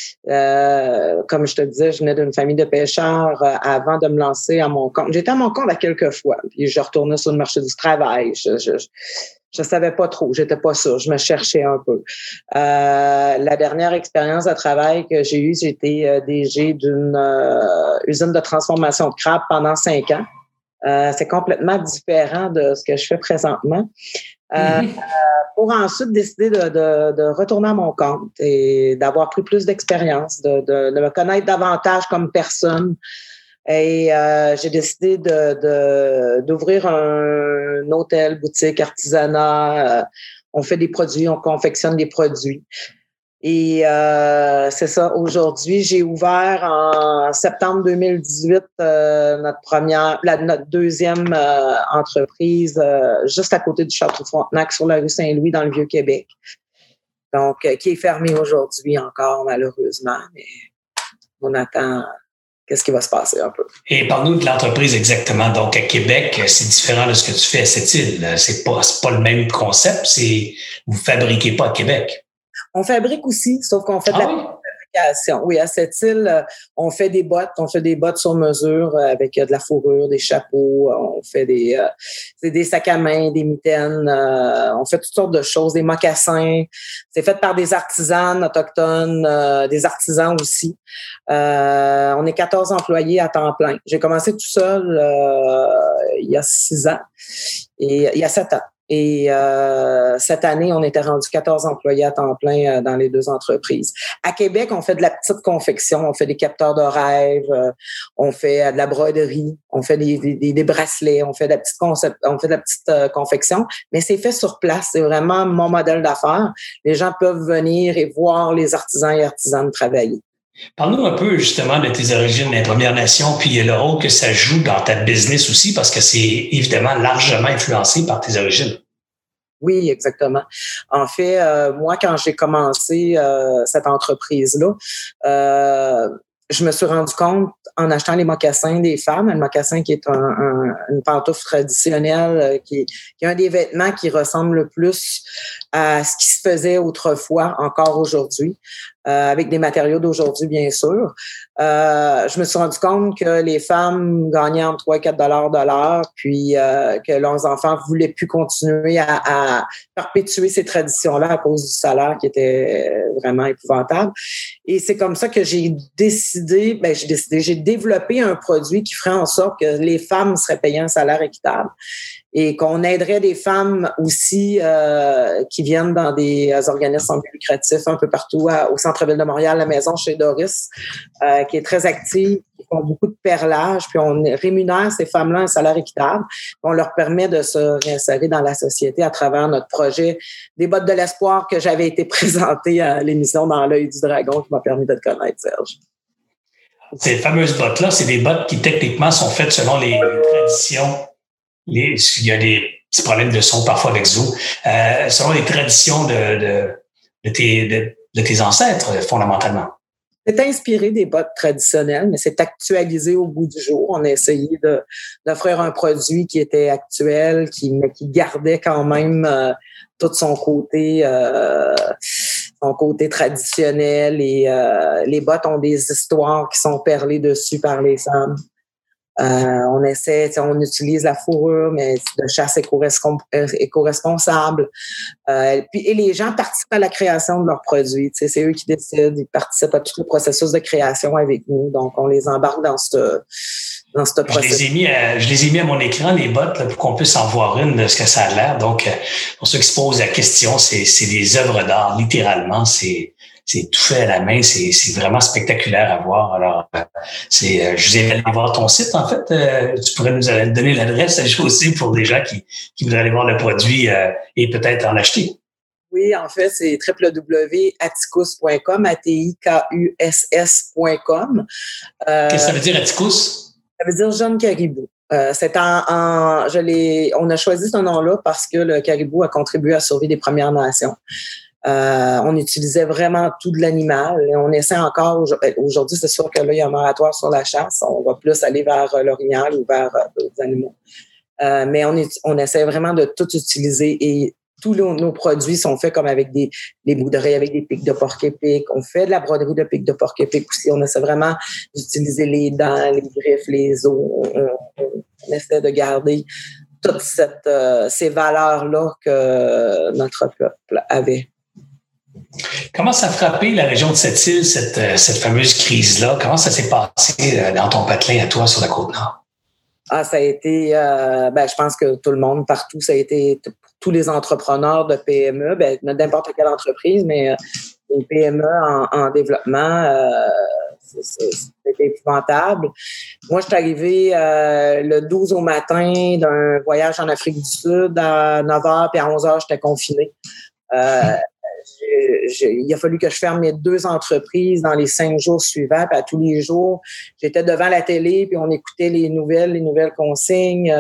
Speaker 4: Comme je te disais, je venais d'une famille de pêcheurs avant de me lancer à mon compte. J'étais à mon compte à quelques fois, puis je retournais sur le marché du travail. Je savais pas trop, j'étais pas sûre, je me cherchais un peu. La dernière expérience de travail que j'ai eue, j'étais DG d'une usine de transformation de crabes pendant 5 ans. C'est complètement différent de ce que je fais présentement. Pour ensuite décider de retourner à mon compte et d'avoir pris plus d'expérience, de me connaître davantage comme personne. Et j'ai décidé d'ouvrir un hôtel, boutique, artisanat. On fait des produits, on confectionne des produits. Et c'est ça, aujourd'hui, j'ai ouvert en septembre 2018 notre deuxième entreprise juste à côté du Château Frontenac sur la rue Saint-Louis dans le Vieux-Québec. Donc, qui est fermée aujourd'hui encore, malheureusement, mais on attend qu'est-ce qui va se passer un peu.
Speaker 2: Et parle-nous de l'entreprise exactement. Donc, à Québec, c'est différent de ce que tu fais à Sept-Îles. C'est pas le même concept, vous fabriquez pas à Québec.
Speaker 4: On fabrique aussi, sauf qu'on fait de la fabrication. Oui, à Sept-Îles, on fait des bottes sur mesure avec de la fourrure, des chapeaux, on fait des sacs à main, des mitaines, on fait toutes sortes de choses, des mocassins. C'est fait par des artisans autochtones, des artisans aussi. On est 14 employés à temps plein. J'ai commencé tout seul il y a 6 ans et il y a 7 ans. Et cette année, on était rendu 14 employés à temps plein dans les 2 entreprises. À Québec, on fait de la petite confection, on fait des capteurs de rêve, on fait de la broderie, on fait des bracelets, on fait de la petite confection, mais c'est fait sur place. C'est vraiment mon modèle d'affaires. Les gens peuvent venir et voir les artisans et artisanes travailler.
Speaker 2: Parle-nous un peu justement de tes origines des Premières Nations, puis le rôle que ça joue dans ta business aussi, parce que c'est évidemment largement influencé par tes origines.
Speaker 4: Oui, exactement. En fait, moi, quand j'ai commencé cette entreprise-là, je me suis rendu compte en achetant les mocassins des femmes, le mocassin qui est une pantoufle traditionnelle, qui est un des vêtements qui ressemble le plus à ce qui se faisait autrefois, encore aujourd'hui, avec des matériaux d'aujourd'hui, bien sûr. Je me suis rendu compte que les femmes gagnaient entre 3 et 4 $ de l'heure, puis que leurs enfants voulaient plus continuer à perpétuer ces traditions-là à cause du salaire qui était vraiment épouvantable. Et c'est comme ça que j'ai développé un produit qui ferait en sorte que les femmes seraient payées un salaire équitable et qu'on aiderait des femmes aussi qui viennent dans des organismes sans but lucratif un peu partout au centre-ville de Montréal, la maison chez Doris, qui est très active, qui font beaucoup de perlage, puis on rémunère ces femmes-là un salaire équitable. On leur permet de se réinsérer dans la société à travers notre projet des bottes de l'espoir que j'avais été présenté à l'émission Dans l'œil du dragon qui m'a permis de te connaître, Serge.
Speaker 2: Ces fameuses bottes-là, c'est des bottes qui techniquement sont faites selon les traditions. Il y a des petits problèmes de son parfois avec Zoom. Selon les traditions de tes ancêtres, fondamentalement.
Speaker 4: C'est inspiré des bottes traditionnelles, mais c'est actualisé au bout du jour. On a essayé d'offrir un produit qui était actuel, mais qui gardait quand même tout son côté traditionnel. Et les bottes ont des histoires qui sont perlées dessus par les femmes. On utilise la fourrure, mais de chasse éco-responsable. Et les gens participent à la création de leurs produits. C'est eux qui décident, ils participent à tout le processus de création avec nous. Donc, on les embarque dans ce processus.
Speaker 2: Je les ai mis à mon écran, les bottes, là, pour qu'on puisse en voir une de ce que ça a l'air. Donc, pour ceux qui se posent la question, c'est des œuvres d'art, littéralement. C'est tout fait à la main, c'est vraiment spectaculaire à voir. Alors, je vous ai allé voir ton site, en fait. Tu pourrais nous donner l'adresse aussi pour des gens qui voudraient aller voir le produit et peut-être en acheter.
Speaker 4: Oui, en fait, c'est www.atticus.com, ATIKUSS.com.
Speaker 2: Qu'est-ce que ça veut dire, Atticus?
Speaker 4: Ça veut dire jeune caribou. On a choisi ce nom-là parce que le caribou a contribué à la survie des Premières Nations. On utilisait vraiment tout de l'animal et on essaie encore, aujourd'hui c'est sûr que là il y a un moratoire sur la chasse, on va plus aller vers l'orignal ou vers d'autres animaux. Mais on essaie vraiment de tout utiliser et tous nos produits sont faits comme avec des bouderies, avec des pics de porc-épic. On fait de la broderie de pics de porc-épic aussi. On essaie vraiment d'utiliser les dents, les griffes, les os. On essaie de garder toutes ces valeurs-là que notre peuple avait.
Speaker 2: Comment ça a frappé la région de Sept-Îles, cette fameuse crise-là? Comment ça s'est passé dans ton patelin à toi sur la Côte-Nord?
Speaker 4: Ça a été, je pense que tout le monde, partout, ça a été pour tous les entrepreneurs de PME, n'importe quelle entreprise, mais une PME en développement, c'était épouvantable. Moi, je suis arrivée le 12 au matin d'un voyage en Afrique du Sud à 9h, puis à 11h, j'étais confinée. Il a fallu que je ferme mes 2 entreprises dans les 5 jours suivants. Puis à tous les jours, j'étais devant la télé, puis on écoutait les nouvelles consignes.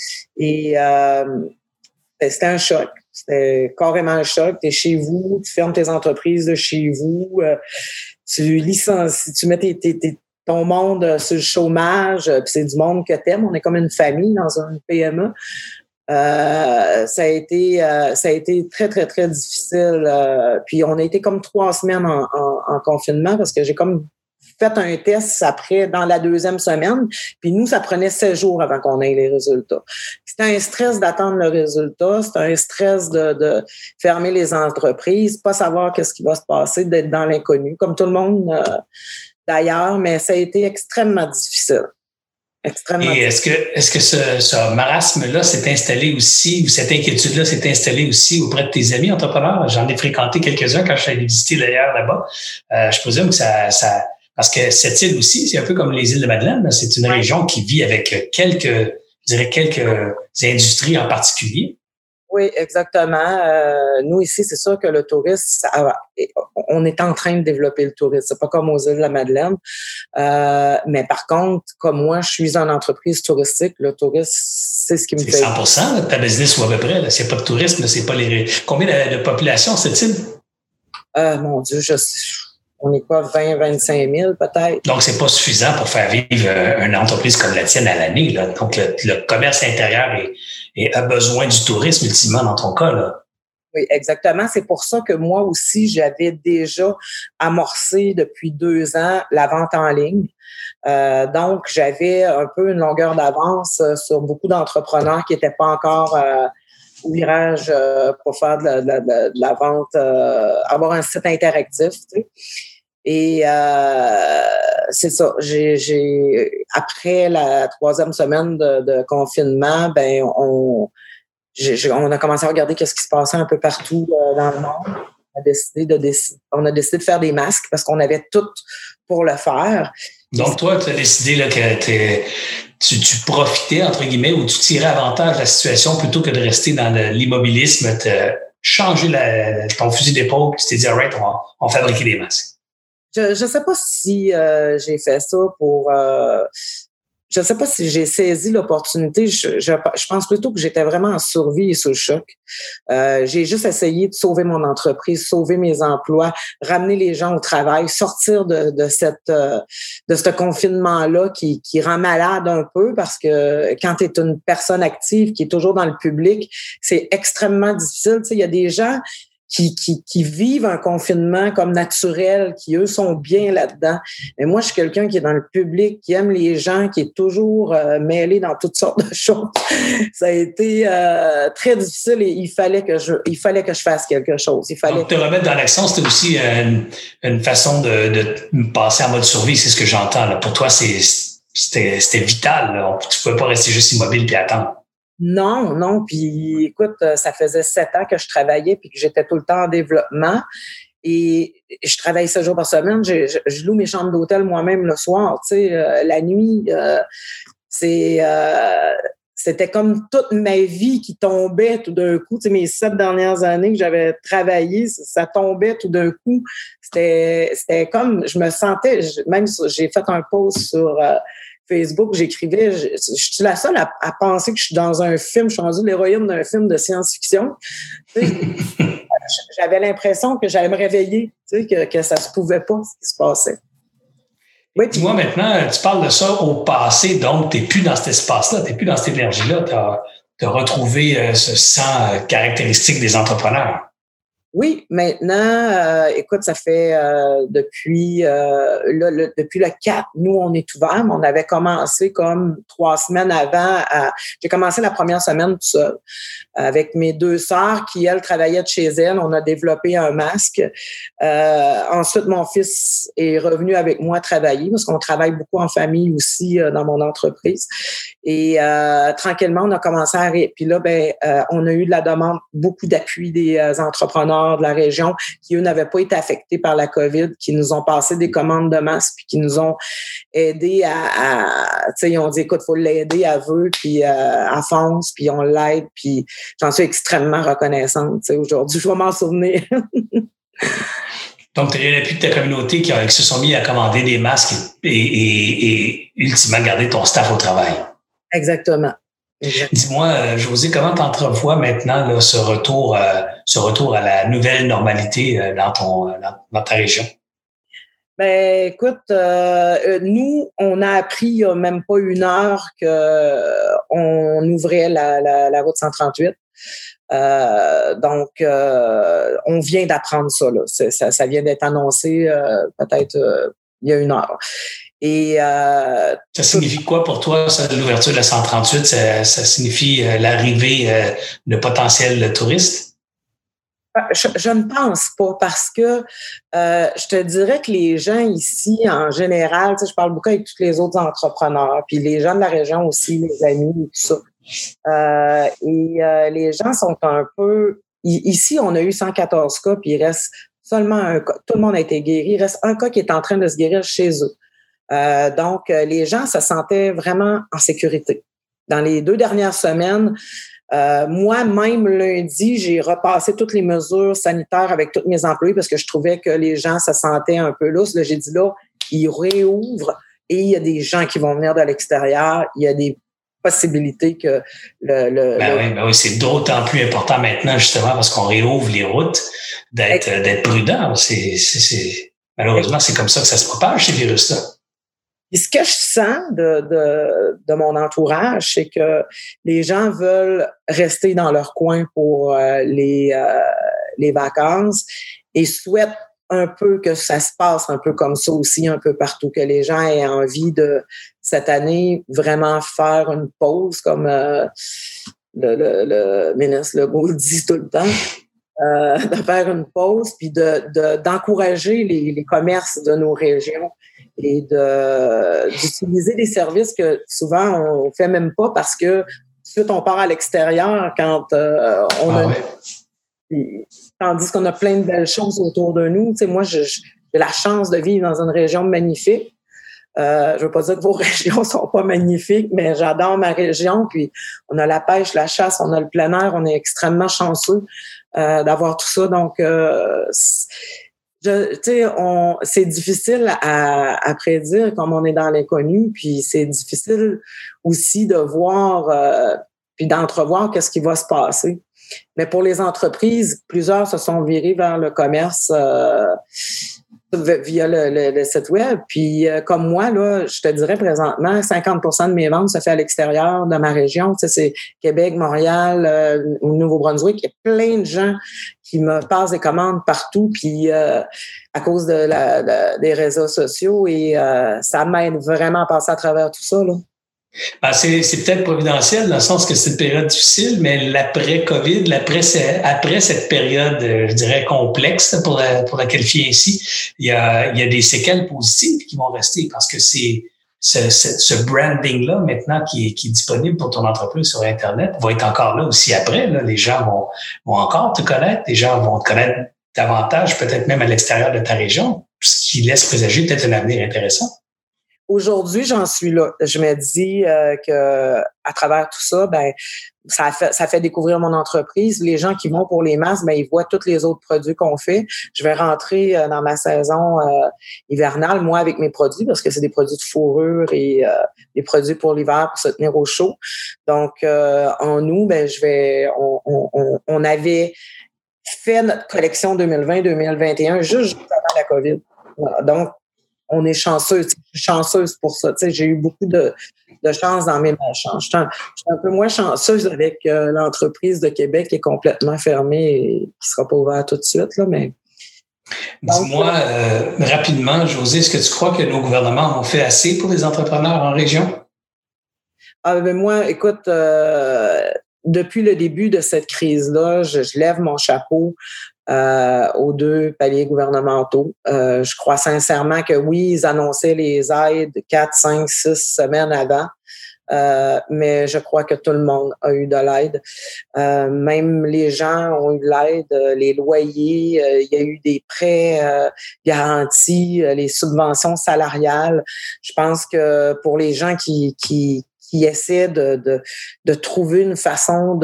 Speaker 4: C'était un choc. C'était carrément un choc. Tu es chez vous, tu fermes tes entreprises de chez vous, tu licencies, tu mets ton monde sur le chômage, puis c'est du monde que t'aimes. On est comme une famille dans une PME. Ça a été très, très, très difficile. Puis on a été comme 3 semaines en confinement parce que j'ai comme fait un test après dans la 2e semaine. Puis nous, ça prenait 7 jours avant qu'on ait les résultats. C'était un stress d'attendre le résultat. C'était un stress de fermer les entreprises, pas savoir qu'est-ce qui va se passer, d'être dans l'inconnu, comme tout le monde d'ailleurs. Mais ça a été extrêmement difficile.
Speaker 2: Et est-ce que ce marasme-là s'est installé aussi, ou cette inquiétude-là s'est installée aussi auprès de tes amis entrepreneurs? J'en ai fréquenté quelques-uns quand je suis allé visiter d'ailleurs là-bas. Je présume que ça parce que cette île aussi, c'est un peu comme les îles de Madeleine. C'est une région qui vit avec quelques industries en particulier.
Speaker 4: Oui, exactement. Nous, ici, c'est sûr que le tourisme, on est en train de développer le tourisme. C'est pas comme aux îles de la Madeleine. Mais par contre, comme moi, je suis une entreprise touristique, le tourisme, c'est ce qui me fait.
Speaker 2: C'est 100% de ta business ou à peu près. Là. C'est pas de tourisme, c'est pas les. Combien de population c'est-il?
Speaker 4: Mon Dieu, on est quoi, 20-25 000 peut-être?
Speaker 2: Donc, c'est pas suffisant pour faire vivre une entreprise comme la tienne à l'année. Là. Donc, le commerce intérieur a besoin du tourisme, ultimement, dans ton cas. Là.
Speaker 4: Oui, exactement. C'est pour ça que moi aussi, j'avais déjà amorcé depuis 2 ans la vente en ligne. Donc, j'avais un peu une longueur d'avance sur beaucoup d'entrepreneurs qui n'étaient pas encore au virage pour faire de la vente, avoir un site interactif. Tu sais. Et c'est ça. Après la 3e semaine de confinement, ben on a commencé à regarder qu'est-ce qui se passait un peu partout dans le monde. On a décidé de faire des masques parce qu'on avait tout pour le faire.
Speaker 2: Donc, toi, tu as décidé là, que tu profitais, entre guillemets, ou tu tirais avantage de la situation plutôt que de rester dans l'immobilisme, tu as changé ton fusil d'épaule et tu t'es dit, all right, on va fabriquer des masques.
Speaker 4: Je sais pas si j'ai fait ça pour... je sais pas si j'ai saisi l'opportunité. Je pense plutôt que j'étais vraiment en survie et sous le choc. J'ai juste essayé de sauver mon entreprise, sauver mes emplois, ramener les gens au travail, sortir de ce confinement-là qui rend malade un peu parce que quand tu es une personne active qui est toujours dans le public, c'est extrêmement difficile. Tu sais, il y a des gens qui vivent un confinement comme naturel, qui, eux, sont bien là-dedans. Mais moi, je suis quelqu'un qui est dans le public, qui aime les gens, qui est toujours mêlé dans toutes sortes de choses. Ça a été très difficile et il fallait que je fasse quelque chose.
Speaker 2: Donc, te remettre dans l'action, c'était aussi une façon de passer en mode survie, c'est ce que j'entends. Là. Pour toi, c'était vital. Là. Tu ne pouvais pas rester juste immobile puis attendre.
Speaker 4: Non. Puis, écoute, ça faisait 7 ans que je travaillais puis que j'étais tout le temps en développement. Et je travaille 7 jours par semaine. Je loue mes chambres d'hôtel moi-même le soir. Tu sais, la nuit, c'était comme toute ma vie qui tombait tout d'un coup. Tu sais, mes 7 dernières années que j'avais travaillé, ça tombait tout d'un coup. C'était comme, je me sentais, même j'ai fait un post sur Facebook, j'écrivais, je suis la seule à penser que je suis dans un film, je suis rendue l'héroïne d'un film de science-fiction. Tu sais, j'avais l'impression que j'allais me réveiller, tu sais, que ça se pouvait pas, ce qui se passait.
Speaker 2: Oui, dis-moi maintenant, tu parles de ça au passé, donc tu n'es plus dans cet espace-là, tu n'es plus dans cette énergie-là, tu as retrouvé ce sang caractéristique des entrepreneurs.
Speaker 4: Oui, maintenant, écoute, ça fait depuis le 4, nous, on est ouvert, mais on avait commencé comme 3 semaines avant. J'ai commencé la première semaine tout seul avec mes 2 sœurs qui, elles, travaillaient de chez elles. On a développé un masque. Ensuite, mon fils est revenu avec moi travailler parce qu'on travaille beaucoup en famille aussi dans mon entreprise. Et tranquillement, on a commencé à... Puis là, on a eu de la demande, beaucoup d'appui des entrepreneurs de la région qui, eux, n'avaient pas été affectés par la COVID, qui nous ont passé des commandes de masques puis qui nous ont aidés tu sais, ils ont dit, écoute, il faut l'aider à vœux puis à fonce, puis on l'aide, puis j'en suis extrêmement reconnaissante. Tu sais, aujourd'hui, je vais m'en souvenir.
Speaker 2: Donc, tu as eu l'appui de ta communauté qui se sont mis à commander des masques et ultimement garder ton staff au travail.
Speaker 4: Exactement.
Speaker 2: Dis-moi, Josée, comment tu entrevois maintenant là, ce retour à la nouvelle normalité dans ta région?
Speaker 4: Ben, écoute, nous, on a appris il n'y a même pas 1 heure qu'on ouvrait la route 138. Donc, on vient d'apprendre ça, là. Ça vient d'être annoncé peut-être il y a 1 heure. Et,
Speaker 2: ça signifie quoi pour toi, ça, l'ouverture de la 138? Ça signifie l'arrivée de potentiels touristes?
Speaker 4: Je ne pense pas parce que je te dirais que les gens ici, en général, tu sais, je parle beaucoup avec tous les autres entrepreneurs, puis les gens de la région aussi, les amis et tout ça. Les gens sont un peu... Ici, on a eu 114 cas, puis il reste seulement 1 cas. Tout le monde a été guéri. Il reste 1 cas qui est en train de se guérir chez eux. Donc, les gens se sentaient vraiment en sécurité. Dans les 2 dernières semaines, Moi-même, lundi, j'ai repassé toutes les mesures sanitaires avec tous mes employés parce que je trouvais que les gens se sentaient un peu lousses. Là, j'ai dit là, ils réouvrent et il y a des gens qui vont venir de l'extérieur. Il y a des possibilités que
Speaker 2: oui, c'est d'autant plus important maintenant, justement, parce qu'on réouvre les routes, d'être prudent. Malheureusement, c'est comme ça que ça se propage, ces virus-là.
Speaker 4: Et ce que je sens de mon entourage, c'est que les gens veulent rester dans leur coin pour les vacances et souhaitent un peu que ça se passe un peu comme ça aussi, un peu partout, que les gens aient envie de, cette année, vraiment faire une pause, comme le ministre Legault dit tout le temps, de faire une pause, puis d'encourager les commerces de nos régions et d'utiliser des services que souvent on fait même pas parce que ensuite on part à l'extérieur quand tandis qu'on a plein de belles choses autour de nous. Tu sais, moi, j'ai la chance de vivre dans une région magnifique. Je veux pas dire que vos régions sont pas magnifiques, mais j'adore ma région. Puis on a la pêche, la chasse, on a le plein air. On est extrêmement chanceux d'avoir tout ça. Donc, c'est difficile à prédire comme on est dans l'inconnu. Puis c'est difficile aussi de voir puis d'entrevoir qu'est-ce qui va se passer. Mais pour les entreprises, plusieurs se sont virés vers le commerce via le site web. Puis comme moi, là, je te dirais présentement, 50% de mes ventes se fait à l'extérieur de ma région. Tu sais, c'est Québec, Montréal, Nouveau-Brunswick. Il y a plein de gens qui me passent des commandes partout. Puis à cause des réseaux sociaux, et ça m'aide vraiment à passer à travers tout ça, là.
Speaker 2: C'est peut-être providentiel dans le sens que c'est une période difficile, mais l'après-COVID, après cette période, je dirais, complexe pour la qualifier ainsi, il y a des séquelles positives qui vont rester parce que c'est ce branding-là maintenant qui est disponible pour ton entreprise sur Internet va être encore là aussi après. Là. Les gens vont encore te connaître, les gens vont te connaître davantage, peut-être même à l'extérieur de ta région, ce qui laisse présager peut-être un avenir intéressant.
Speaker 4: Aujourd'hui, j'en suis là. Je me dis que à travers tout ça, ça fait découvrir mon entreprise. Les gens qui vont pour les masques, ils voient tous les autres produits qu'on fait. Je vais rentrer dans ma saison hivernale, moi, avec mes produits, parce que c'est des produits de fourrure et des produits pour l'hiver pour se tenir au chaud. Donc, en août, on avait fait notre collection 2020-2021 juste avant la COVID. Voilà. Donc, on est chanceuse pour ça. Tu sais, j'ai eu beaucoup de chance dans mes malchances. Je suis un peu moins chanceuse avec l'entreprise de Québec qui est complètement fermée et qui ne sera pas ouverte tout de suite. Là, mais...
Speaker 2: Dis-moi rapidement, Josée, est-ce que tu crois que nos gouvernements ont fait assez pour les entrepreneurs en région?
Speaker 4: Moi, écoute, depuis le début de cette crise-là, je lève mon chapeau aux deux paliers gouvernementaux. Je crois sincèrement que oui, ils annonçaient les aides 4, 5, 6 semaines avant, mais je crois que tout le monde a eu de l'aide. Même les gens ont eu de l'aide, les loyers, il y a eu des prêts garantis, les subventions salariales. Je pense que pour les gens qui essaient de trouver une façon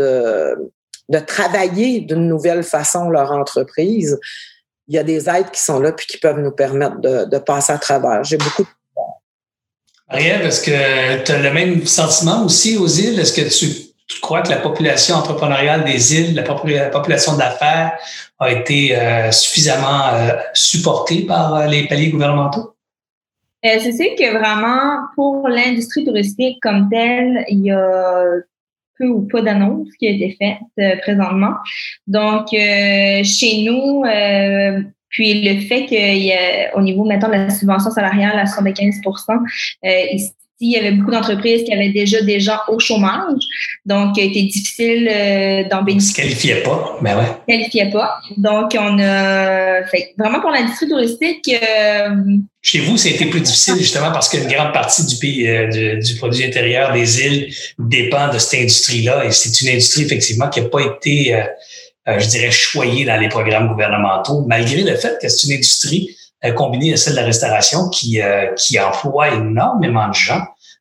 Speaker 4: de travailler d'une nouvelle façon leur entreprise, il y a des aides qui sont là puis qui peuvent nous permettre de passer à travers. J'ai beaucoup de...
Speaker 2: Marie-Ève, est-ce que tu as le même sentiment aussi aux îles? Est-ce que tu crois que la population entrepreneuriale des îles, la population d'affaires a été suffisamment supportée par les paliers gouvernementaux?
Speaker 3: C'est sûr que vraiment, pour l'industrie touristique comme telle, il y a peu ou pas d'annonces qui a été faite présentement. Donc, chez nous, puis le fait qu'il y a, au niveau, mettons, de la subvention salariale à 75%, ici, il y avait beaucoup d'entreprises qui avaient déjà des gens au chômage. Donc, il était difficile d'en bénéficier.
Speaker 2: Ils ne se qualifiaient pas, mais ouais.
Speaker 3: Ils ne se qualifiaient pas. Donc, on a fait vraiment pour l'industrie touristique.
Speaker 2: Chez vous, ça a été plus difficile justement parce qu'une grande partie du pays, du produit intérieur des îles dépend de cette industrie-là. Et c'est une industrie, effectivement, qui n'a pas été, je dirais, choyée dans les programmes gouvernementaux, malgré le fait que c'est une industrie combinée à celle de la restauration qui emploie énormément de gens.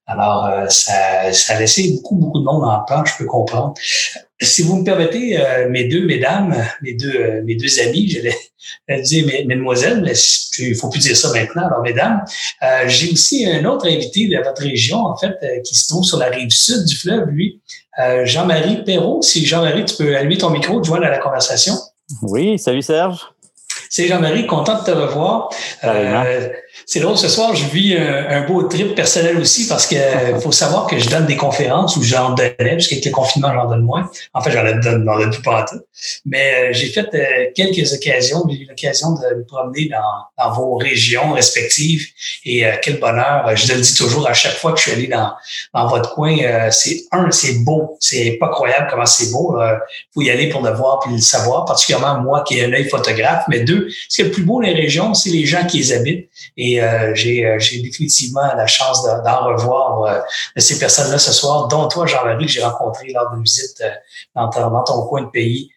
Speaker 2: Alors, ça a laissé beaucoup de monde en plan, je peux comprendre. Si vous me permettez, mes deux mesdames, mes deux amies, j'allais dire mesdemoiselles, mais il faut plus dire ça maintenant, alors mesdames, j'ai aussi un autre invité de votre région, en fait, qui se trouve sur la rive sud du fleuve, lui, Jean-Marie Perrault. Si Jean-Marie, tu peux allumer ton micro, te joindre à la conversation.
Speaker 5: Oui, salut Serge.
Speaker 2: C'est Jean-Marie, content de te revoir. C'est drôle, ce soir, je vis un beau trip personnel aussi parce que faut savoir que je donne des conférences où j'en donnais, parce qu'avec le confinement, j'en donne moins. En fait, j'en donne plus pas en tout. Mais j'ai fait quelques occasions. J'ai eu l'occasion de me promener dans vos régions respectives. Et quel bonheur. Je le dis toujours à chaque fois que je suis allé dans votre coin. C'est beau. C'est pas croyable comment c'est beau. Faut y aller pour le voir puis le savoir, particulièrement moi qui ai un œil photographe. Mais deux, ce qui est le plus beau dans les régions, c'est les gens qui les habitent. Et j'ai définitivement la chance d'en revoir de ces personnes-là ce soir, dont toi, Jean-Marie, que j'ai rencontré lors d'une visite dans ton coin de pays.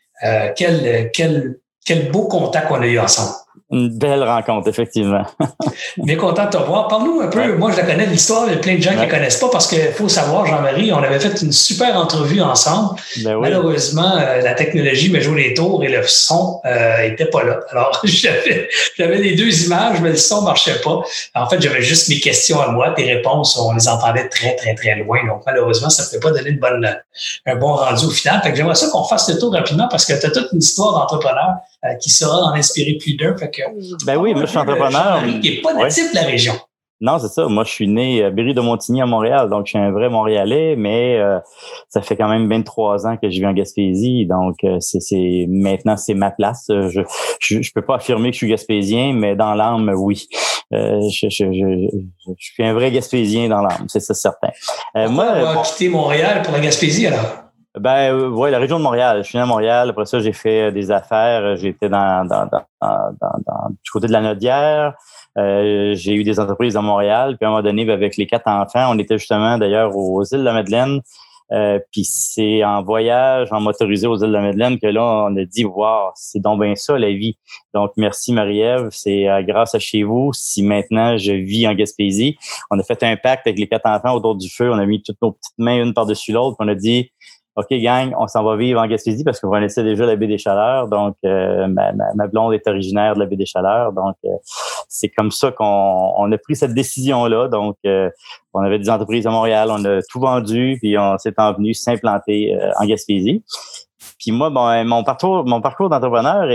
Speaker 2: Quel beau contact qu'on a eu ensemble.
Speaker 5: Une belle rencontre, effectivement.
Speaker 2: Bien content de te revoir. Parle-nous un peu. Ouais. Moi, je la connais de l'histoire. Il y a plein de gens qui ne la connaissent pas parce qu'il faut savoir, Jean-Marie, on avait fait une super entrevue ensemble. Ben oui. Malheureusement, la technologie m'a joué les tours et le son était pas là. Alors, j'avais les deux images, mais le son marchait pas. En fait, j'avais juste mes questions à moi. Tes réponses, on les entendait très, très, très loin. Donc, malheureusement, ça ne pouvait pas donner un bon rendu au final. Fait que j'aimerais ça qu'on fasse le tour rapidement parce que tu as toute une histoire d'entrepreneur qui saura en inspirer plus d'un. Fait que,
Speaker 5: ben oui, moi, je suis entrepreneur.
Speaker 2: Qui n'est pas natif de la région.
Speaker 5: Non, c'est ça. Moi, je suis né à Berry-de-Montigny à Montréal, donc je suis un vrai Montréalais, mais ça fait quand même 23 ans que je vis en Gaspésie, donc maintenant c'est ma place. Je peux pas affirmer que je suis gaspésien, mais dans l'âme, oui. Je suis un vrai Gaspésien dans l'âme, c'est ça certain.
Speaker 2: Moi, quitter Montréal pour la Gaspésie alors?
Speaker 5: Ouais, la région de Montréal. Je suis né à Montréal. Après ça, j'ai fait des affaires. J'étais du côté de la Nodière. J'ai eu des entreprises à Montréal. Puis à un moment donné, avec les 4 enfants, on était justement d'ailleurs aux îles de la Madeleine. Puis c'est en voyage, en motorisé aux îles de la Madeleine que là, on a dit, wow, c'est donc bien ça, la vie. Donc, merci Marie-Ève. C'est grâce à chez vous si maintenant je vis en Gaspésie. On a fait un pacte avec les 4 enfants autour du feu. On a mis toutes nos petites mains une par-dessus l'autre. Puis on a dit, OK, gang, on s'en va vivre en Gaspésie parce qu'on connaissait déjà la baie des Chaleurs. Donc, ma blonde est originaire de la baie des Chaleurs. Donc, c'est comme ça qu'on a pris cette décision-là. Donc, on avait des entreprises à Montréal, on a tout vendu, puis on s'est envenu s'implanter en Gaspésie. Puis moi, bon, mon parcours d'entrepreneur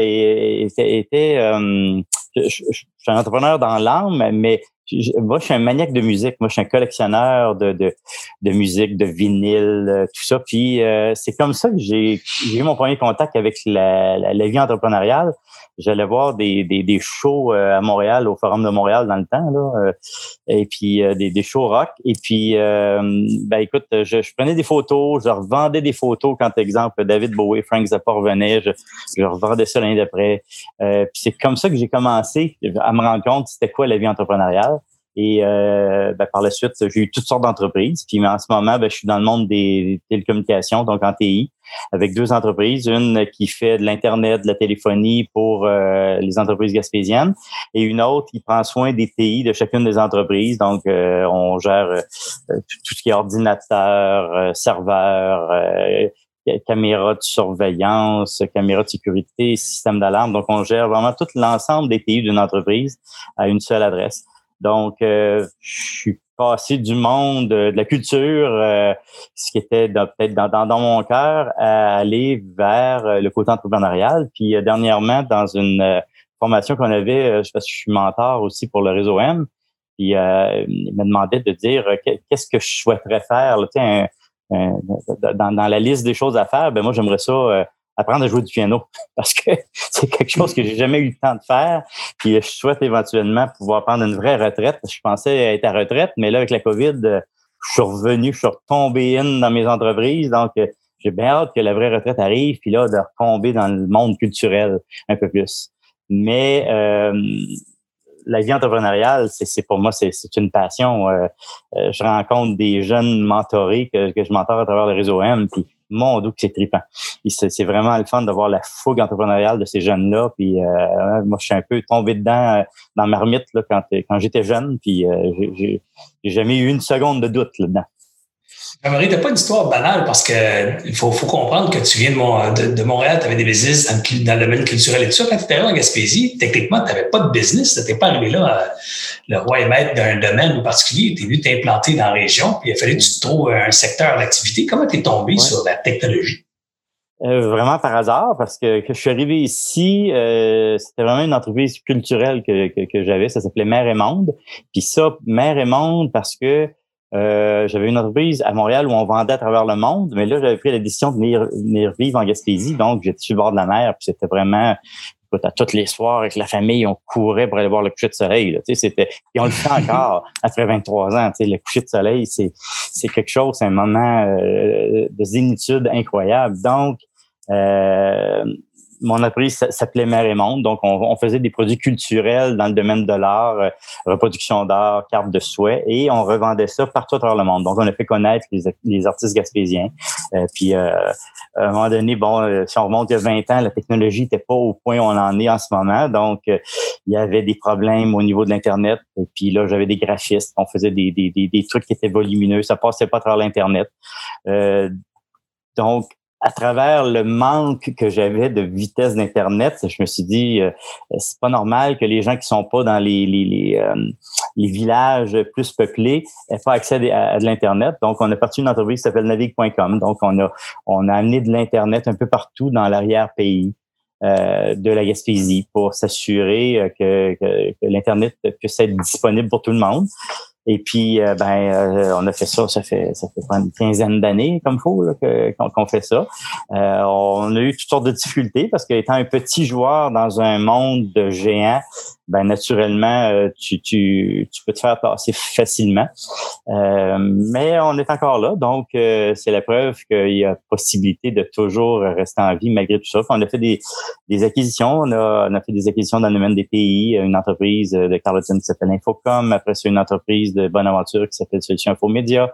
Speaker 5: était je suis un entrepreneur dans l'âme, mais moi, je suis un maniaque de musique. Moi, je suis un collectionneur de musique, de vinyle, tout ça. Puis, c'est comme ça que j'ai eu mon premier contact avec la vie entrepreneuriale. J'allais voir des shows à Montréal, au Forum de Montréal dans le temps, là, et puis des shows rock. Et puis, écoute, je prenais des photos, je revendais des photos quand, exemple, David Bowie, Frank Zappa revenait, je revendais ça l'année d'après. Puis c'est comme ça que j'ai commencé à me rendre compte c'était quoi la vie entrepreneuriale. Et par la suite, j'ai eu toutes sortes d'entreprises. Puis en ce moment, je suis dans le monde des télécommunications, donc en TI, avec 2 entreprises. Une qui fait de l'Internet, de la téléphonie pour les entreprises gaspésiennes, et une autre qui prend soin des TI de chacune des entreprises. Donc, on gère tout ce qui est ordinateur, serveur, caméras de surveillance, caméras de sécurité, système d'alarme. Donc, on gère vraiment tout l'ensemble des TI d'une entreprise à une seule adresse. Donc, je suis passé du monde de la culture, ce qui était peut-être dans mon cœur, à aller vers le côté entrepreneurial. Puis dernièrement, dans une formation qu'on avait, parce que je suis mentor aussi pour le réseau M, puis il m'a demandé de dire qu'est-ce que je souhaiterais faire. Là, dans la liste des choses à faire, moi, j'aimerais ça apprendre à jouer du piano parce que c'est quelque chose que j'ai jamais eu le temps de faire. Puis je souhaite éventuellement pouvoir prendre une vraie retraite. Je pensais être à retraite, mais là, avec la COVID, je suis retombé dans mes entreprises. Donc, j'ai bien hâte que la vraie retraite arrive, puis là, de retomber dans le monde culturel un peu plus. Mais la vie entrepreneuriale, c'est pour moi, c'est une passion. Je rencontre des jeunes mentorés que je mentor à travers le réseau M, puis mon Dieu que c'est trippant. C'est vraiment le fun de voir la fougue entrepreneuriale de ces jeunes-là. Puis moi, je suis un peu tombé dedans dans ma marmite là, quand j'étais jeune. Puis j'ai jamais eu une seconde de doute là-dedans.
Speaker 2: Jean-Marie, t'as pas une histoire banale parce que il faut comprendre que tu viens de Montréal, tu avais des business dans le domaine culturel et tout ça. Quand tu étais arrivé en Gaspésie, techniquement, tu n'avais pas de business. Tu n'es pas arrivé là, le roi et maître d'un domaine en particulier. Tu es venu t'implanter dans la région, puis il a fallu que tu trouves un secteur d'activité. Comment tu es tombé sur la technologie?
Speaker 5: Vraiment par hasard, parce que je suis arrivé ici, c'était vraiment une entreprise culturelle que j'avais. Ça s'appelait Mer et Monde. Puis ça, Mer et Monde, parce que j'avais une entreprise à Montréal où on vendait à travers le monde, mais là, j'avais pris la décision de venir vivre en Gaspésie, donc j'étais sur le bord de la mer, puis c'était vraiment, écoute, à tous les soirs avec la famille, on courait pour aller voir le coucher de soleil, là, tu sais, et on le fait encore après 23 ans, tu sais, le coucher de soleil, c'est quelque chose, c'est un moment de zénitude incroyable, donc mon entreprise s'appelait Mer et Monde, donc on faisait des produits culturels dans le domaine de l'art, reproduction d'art, cartes de souhait, et on revendait ça partout à travers le monde. Donc on a fait connaître les artistes gaspésiens. Puis à un moment donné, si on remonte il y a 20 ans, la technologie n'était pas au point où on en est en ce moment, donc il y avait des problèmes au niveau de l'internet. Et puis là, j'avais des graphistes, on faisait des trucs qui étaient volumineux, ça passait pas à travers l'internet. Donc à travers le manque que j'avais de vitesse d'Internet, je me suis dit, c'est pas normal que les gens qui sont pas dans les villages plus peuplés aient pas accès à de l'Internet. Donc, on a parti d'une entreprise qui s'appelle Navigue.com. Donc, on a amené de l'Internet un peu partout dans l'arrière-pays de la Gaspésie pour s'assurer que l'Internet puisse être disponible pour tout le monde. Et puis, on a fait ça, ça fait une quinzaine d'années, comme faut, là, qu'on fait ça. On a eu toutes sortes de difficultés parce qu'étant un petit joueur dans un monde de géants, naturellement, tu peux te faire passer facilement. Mais on est encore là, donc c'est la preuve qu'il y a possibilité de toujours rester en vie malgré tout ça. Puis on a fait des acquisitions, on a fait des acquisitions dans le domaine des pays, une entreprise de Carleton qui s'appelle Infocom, après c'est une entreprise de Bonaventure qui s'appelle Solutions Infomédia.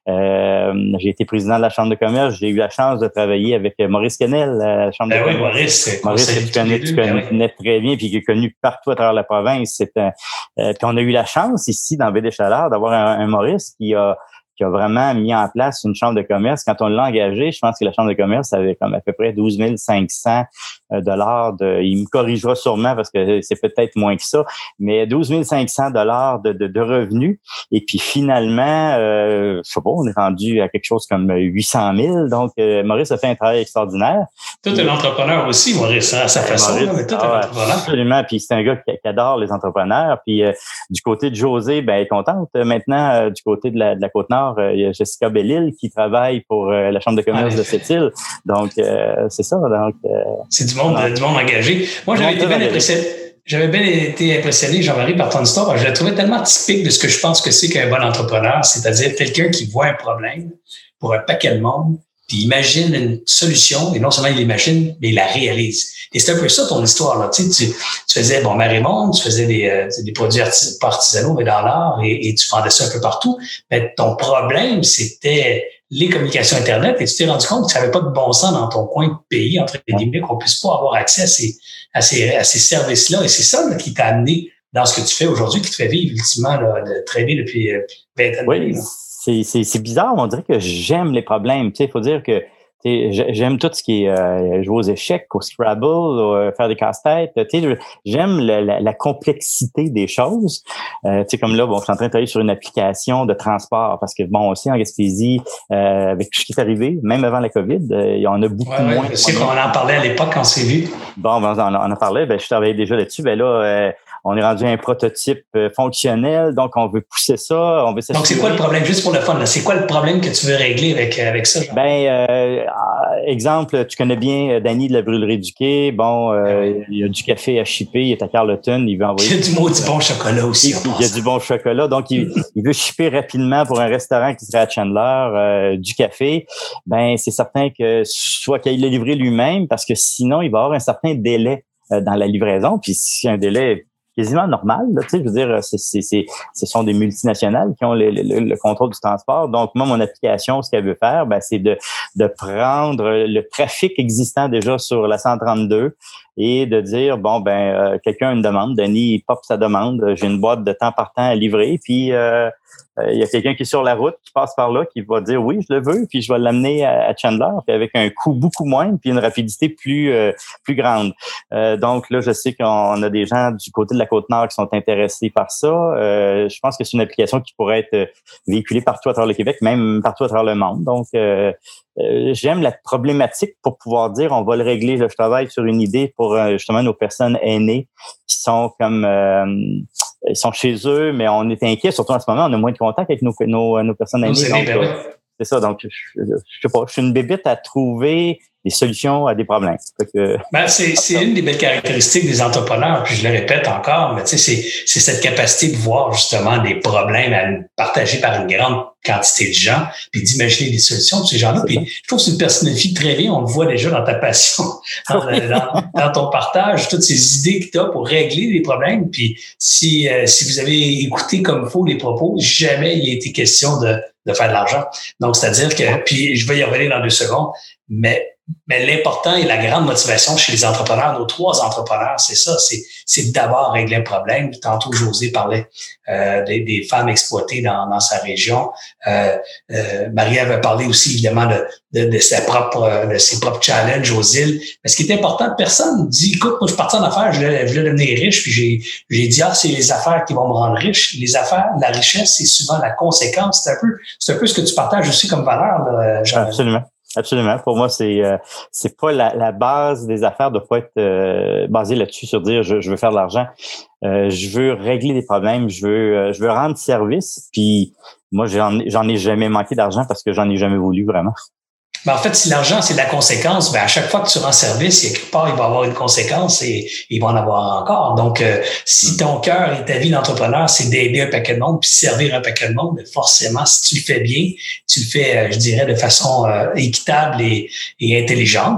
Speaker 5: J'ai été président de la Chambre de commerce, j'ai eu la chance de travailler avec Maurice Kennel à la Chambre de commerce. Maurice que tu connais très bien puis qui est connu partout à travers la province. Puis on a eu la chance ici dans Baie-des-Chaleurs d'avoir un Maurice qui a vraiment mis en place une chambre de commerce. Quand on l'a engagé, je pense que la chambre de commerce avait comme à peu près 12 500 dollars il me corrigera sûrement parce que c'est peut-être moins que ça, mais 12 500 dollars de revenus. Et puis finalement, je sais pas, on est rendu à quelque chose comme 800 000. Donc, Maurice a fait un travail extraordinaire.
Speaker 2: Tout un entrepreneur aussi, Maurice, à sa façon.
Speaker 5: Maurice,
Speaker 2: mais tout un entrepreneur.
Speaker 5: Absolument. Puis c'est un gars qui adore les entrepreneurs. Puis du côté de José, elle est contente. Maintenant, du côté de la Côte-Nord, il y a Jessica Bellil qui travaille pour la Chambre de commerce de Sept-Îles. Donc, c'est ça. Donc,
Speaker 2: c'est du monde engagé. Moi, j'avais bien été impressionné, Jean-Marie, par ton histoire. Je la trouvais tellement typique de ce que je pense que c'est qu'un bon entrepreneur, c'est-à-dire quelqu'un qui voit un problème pour un paquet de monde, puis imagine une solution, et non seulement il l'imagine, mais il la réalise. Et c'est un peu ça ton histoire, là. Tu faisais, Mer et Monde, tu faisais des produits pas artisanaux, mais dans l'art, et tu vendais ça un peu partout. Mais ton problème, c'était les communications Internet, et tu t'es rendu compte que tu n'avais pas de bon sens dans ton coin de pays, entre guillemets, qu'on puisse pas avoir accès à ces services-là. Et c'est ça là, qui t'a amené dans ce que tu fais aujourd'hui, qui te fait vivre ultimement là, de traîner depuis 20 ans.
Speaker 5: Oui, c'est bizarre, on dirait que j'aime les problèmes. Il faut dire que j'aime tout ce qui est jouer aux échecs, au Scrabble, faire des casse-têtes. J'aime la complexité des choses. Comme là, je suis en train de travailler sur une application de transport parce que, aussi en Gaspésie, avec tout ce qui est arrivé, même avant la COVID, il y en a beaucoup moins.
Speaker 2: Je sais qu'on en parlait à l'époque quand on s'est vu.
Speaker 5: On en parlait, je travaillais déjà là-dessus. On est rendu à un prototype fonctionnel, donc on veut pousser ça. Donc,
Speaker 2: c'est quoi le problème, juste pour le fun, là, c'est quoi le problème que tu veux régler avec ça? Genre?
Speaker 5: Exemple, tu connais bien Danny de la Brûlerie du Quai. Il y a du café à shipper, il est à Carleton, il veut envoyer...
Speaker 2: Il y a du maudit bon chocolat aussi.
Speaker 5: Il y a du bon chocolat, donc il veut shipper rapidement pour un restaurant qui serait à Chandler du café. C'est certain que soit qu'il l'ait livré lui-même, parce que sinon, il va avoir un certain délai dans la livraison. Puis si un délai quasiment normal. Là, je veux dire, ce sont des multinationales qui ont le contrôle du transport. Donc, moi, mon application, ce qu'elle veut faire, c'est de prendre le trafic existant déjà sur la 132 et de dire, quelqu'un a une demande, Denis, il pop sa demande, j'ai une boîte de temps par temps à livrer, puis il y a quelqu'un qui est sur la route, qui passe par là, qui va dire oui, je le veux, puis je vais l'amener à Chandler, puis avec un coût beaucoup moindre, puis une rapidité plus grande. Donc là, je sais qu'on a des gens du côté de la Côte-Nord qui sont intéressés par ça. Je pense que c'est une application qui pourrait être véhiculée partout à travers le Québec, même partout à travers le monde. Donc, j'aime la problématique pour pouvoir dire on va le régler. Là, je travaille sur une idée pour justement nos personnes aînées qui sont comme ils sont chez eux, mais on est inquiets, surtout en ce moment, on a moins de contact avec nos personnes aînées. Donc, c'est ça. Donc, je sais pas, je suis une bébête à trouver des solutions à des problèmes.
Speaker 2: C'est une des belles caractéristiques des entrepreneurs, puis je le répète encore, mais tu sais, c'est cette capacité de voir justement des problèmes partagés par une grande quantité de gens, puis d'imaginer des solutions pour ces gens-là. Puis je trouve que tu te personnifies très bien, on le voit déjà dans ta passion, dans ton partage, toutes ces idées que tu as pour régler les problèmes. Puis si vous avez écouté comme il faut les propos, jamais il a été question de faire de l'argent. Donc, c'est-à-dire que, puis je vais y revenir dans 2 secondes, mais l'important et la grande motivation chez les entrepreneurs, nos 3 entrepreneurs, c'est ça, c'est d'abord régler un problème. Tantôt, José parlait des femmes exploitées dans sa région. Marie-Ève a parlé aussi, évidemment, de ses propres challenges aux îles. Mais ce qui est important, personne dit, écoute, moi, je suis parti en affaires, je voulais devenir riche, puis j'ai dit, c'est les affaires qui vont me rendre riche. Les affaires, la richesse, c'est souvent la conséquence. C'est un peu ce que tu partages aussi comme valeur, là, Jean.
Speaker 5: Absolument. Pour moi, c'est pas la base des affaires de pas être basée là-dessus sur dire je veux faire de l'argent. Je veux régler des problèmes, je veux rendre service. Puis moi, j'en ai jamais manqué d'argent parce que j'en ai jamais voulu vraiment.
Speaker 2: En fait, si l'argent, c'est la conséquence, à chaque fois que tu rends service, il y a quelque part, il va y avoir une conséquence et il va en avoir encore. Donc, si ton cœur et ta vie d'entrepreneur, c'est d'aider un paquet de monde puis servir un paquet de monde, forcément, si tu le fais bien, tu le fais, je dirais, de façon équitable et intelligente,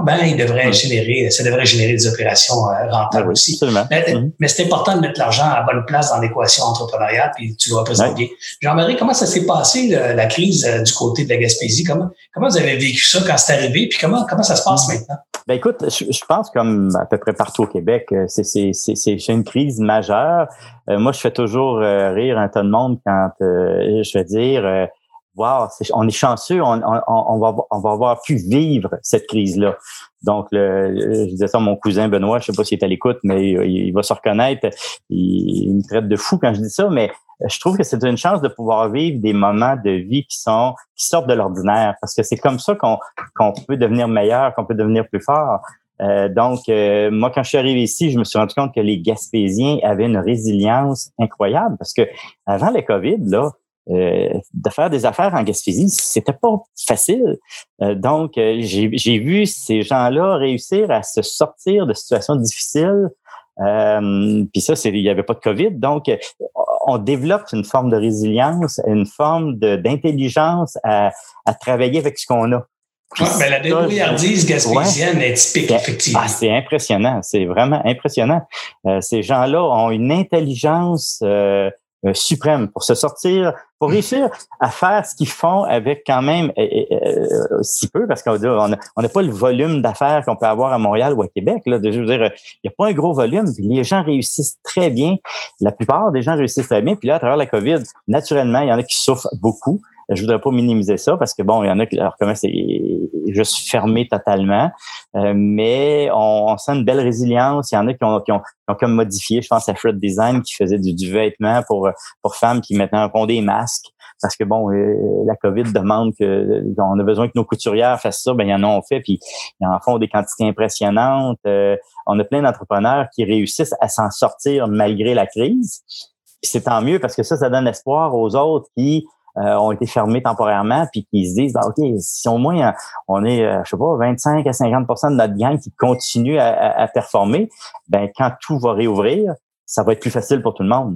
Speaker 2: ça devrait générer des opérations rentables aussi. Mais c'est important de mettre l'argent à la bonne place dans l'équation entrepreneuriale, puis tu le représentes bien. Jean-Marie, comment ça s'est passé, la crise du côté de la Gaspésie? Comment vous avez vécu ça quand c'est arrivé, puis comment ça se passe maintenant?
Speaker 5: Écoute, je pense comme à peu près partout au Québec, c'est une crise majeure. Moi, je fais toujours rire un tas de monde quand je vais dire wow, on est chanceux, on va avoir pu vivre cette crise-là. Donc, je disais ça à mon cousin Benoît, je sais pas s'il est à l'écoute, mais il va se reconnaître. Il me traite de fou quand je dis ça, mais je trouve que c'est une chance de pouvoir vivre des moments de vie qui sortent de l'ordinaire, parce que c'est comme ça qu'on peut devenir meilleur, qu'on peut devenir plus fort. Donc, moi, quand je suis arrivé ici, je me suis rendu compte que les Gaspésiens avaient une résilience incroyable, parce que avant le COVID, là, de faire des affaires en Gaspésie, c'était pas facile. Donc, j'ai vu ces gens-là réussir à se sortir de situations difficiles. Puis ça, il n'y avait pas de COVID. Donc, on développe une forme de résilience, une forme d'intelligence à travailler avec ce qu'on a.
Speaker 2: La débrouillardise gaspésienne est typique, effectivement.
Speaker 5: C'est impressionnant. C'est vraiment impressionnant. Ces gens-là ont une intelligence suprême pour se sortir, pour réussir à faire ce qu'ils font avec quand même si peu, parce qu'on n'a pas le volume d'affaires qu'on peut avoir à Montréal ou à Québec. Là, je veux dire, il n'y a pas un gros volume. Puis les gens réussissent très bien. La plupart des gens réussissent très bien. Puis là, à travers la COVID, naturellement, il y en a qui souffrent beaucoup. Je voudrais pas minimiser ça parce que il y en a qui leur commerce est juste fermé totalement. Mais on sent une belle résilience. Il y en a qui ont comme modifié. Je pense à Fred Design qui faisait du vêtement pour femmes qui maintenant font des masques. Parce que la COVID demande qu'on a besoin que nos couturières fassent ça, ils en ont fait, puis ils en font des quantités impressionnantes. On a plein d'entrepreneurs qui réussissent à s'en sortir malgré la crise. Puis c'est tant mieux parce que ça donne espoir aux autres qui ont été fermés temporairement, puis qui se disent, OK, si au moins on est, 25 à 50% de notre gang qui continue à performer, quand tout va réouvrir, ça va être plus facile pour tout le monde.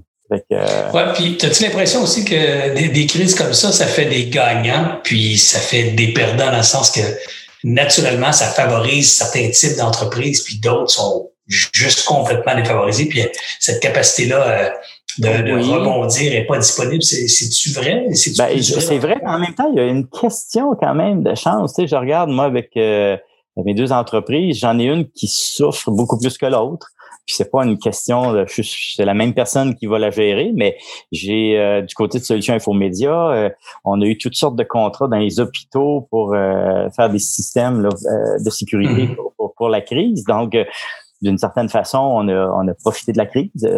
Speaker 2: Puis as-tu l'impression aussi que des crises comme ça fait des gagnants, puis ça fait des perdants dans le sens que naturellement, ça favorise certains types d'entreprises, puis d'autres sont juste complètement défavorisés, puis cette capacité-là de rebondir n'est pas disponible. C'est-tu vrai?
Speaker 5: C'est vrai, mais en même temps, il y a une question quand même de chance. Tu sais, je regarde, moi, avec mes 2 entreprises, j'en ai une qui souffre beaucoup plus que l'autre. Puis c'est pas une question de c'est la même personne qui va la gérer, mais j'ai du côté de Solutions Infomédia, on a eu toutes sortes de contrats dans les hôpitaux pour faire des systèmes là, de sécurité pour la crise. Donc, d'une certaine façon, on a profité de la crise.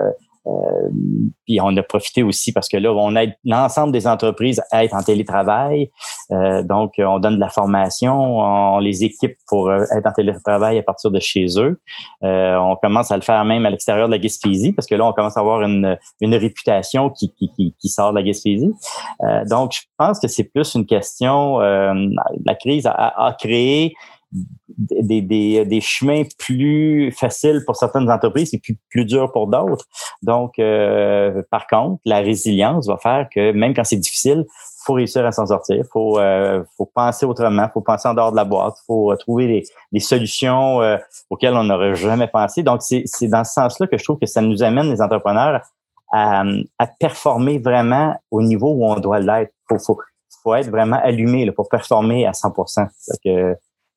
Speaker 5: Puis on a profité aussi parce que là, on aide l'ensemble des entreprises à être en télétravail. Donc, on donne de la formation, on les équipe pour être en télétravail à partir de chez eux. On commence à le faire même à l'extérieur de la Gaspésie parce que là, on commence à avoir une réputation qui sort de la Gaspésie. Donc, je pense que c'est plus une question, la crise a créé des chemins plus faciles pour certaines entreprises et plus durs pour d'autres. Donc, par contre, la résilience va faire que même quand c'est difficile, faut réussir à s'en sortir. Faut penser autrement, faut penser en dehors de la boîte, faut trouver des solutions auxquelles on n'aurait jamais pensé. Donc, c'est dans ce sens-là que je trouve que ça nous amène, les entrepreneurs, à performer vraiment au niveau où on doit l'être. Faut être vraiment allumé là, pour performer à 100%. Donc,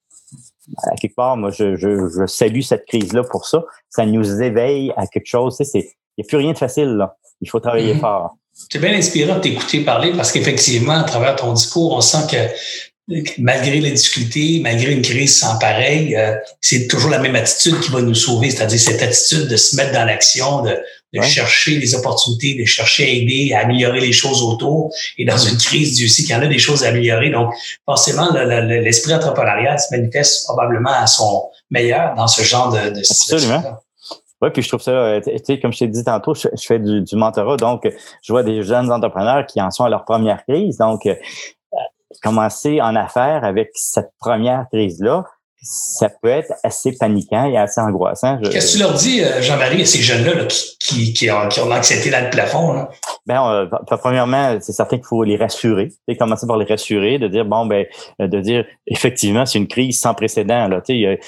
Speaker 5: à quelque part, moi, je salue cette crise-là pour ça. Ça nous éveille à quelque chose. Tu sais, il n'y a plus rien de facile, là. Il faut travailler fort.
Speaker 2: C'est bien inspirant de t'écouter parler parce qu'effectivement, à travers ton discours, on sent que malgré les difficultés, malgré une crise sans pareil, c'est toujours la même attitude qui va nous sauver, c'est-à-dire cette attitude de se mettre dans l'action, de chercher les opportunités, de chercher à aider, à améliorer les choses autour. Et dans une crise, Dieu sait qu'il y en a des choses à améliorer. Donc, forcément, l'esprit entrepreneurial se manifeste probablement à son meilleur dans ce genre de situation.
Speaker 5: Absolument. Oui, puis je trouve ça, tu sais, comme je t'ai dit tantôt, je fais du mentorat, donc je vois des jeunes entrepreneurs qui en sont à leur première crise. Donc, commencer en affaires avec cette première crise-là, ça peut être assez paniquant et assez angoissant.
Speaker 2: Qu'est-ce que tu leur dis, Jean-Marie, à ces jeunes-là là, qui ont l'anxiété dans le plafond? Là?
Speaker 5: Premièrement, c'est certain qu'il faut les rassurer. Commencer par les rassurer, de dire, effectivement, c'est une crise sans précédent. Là,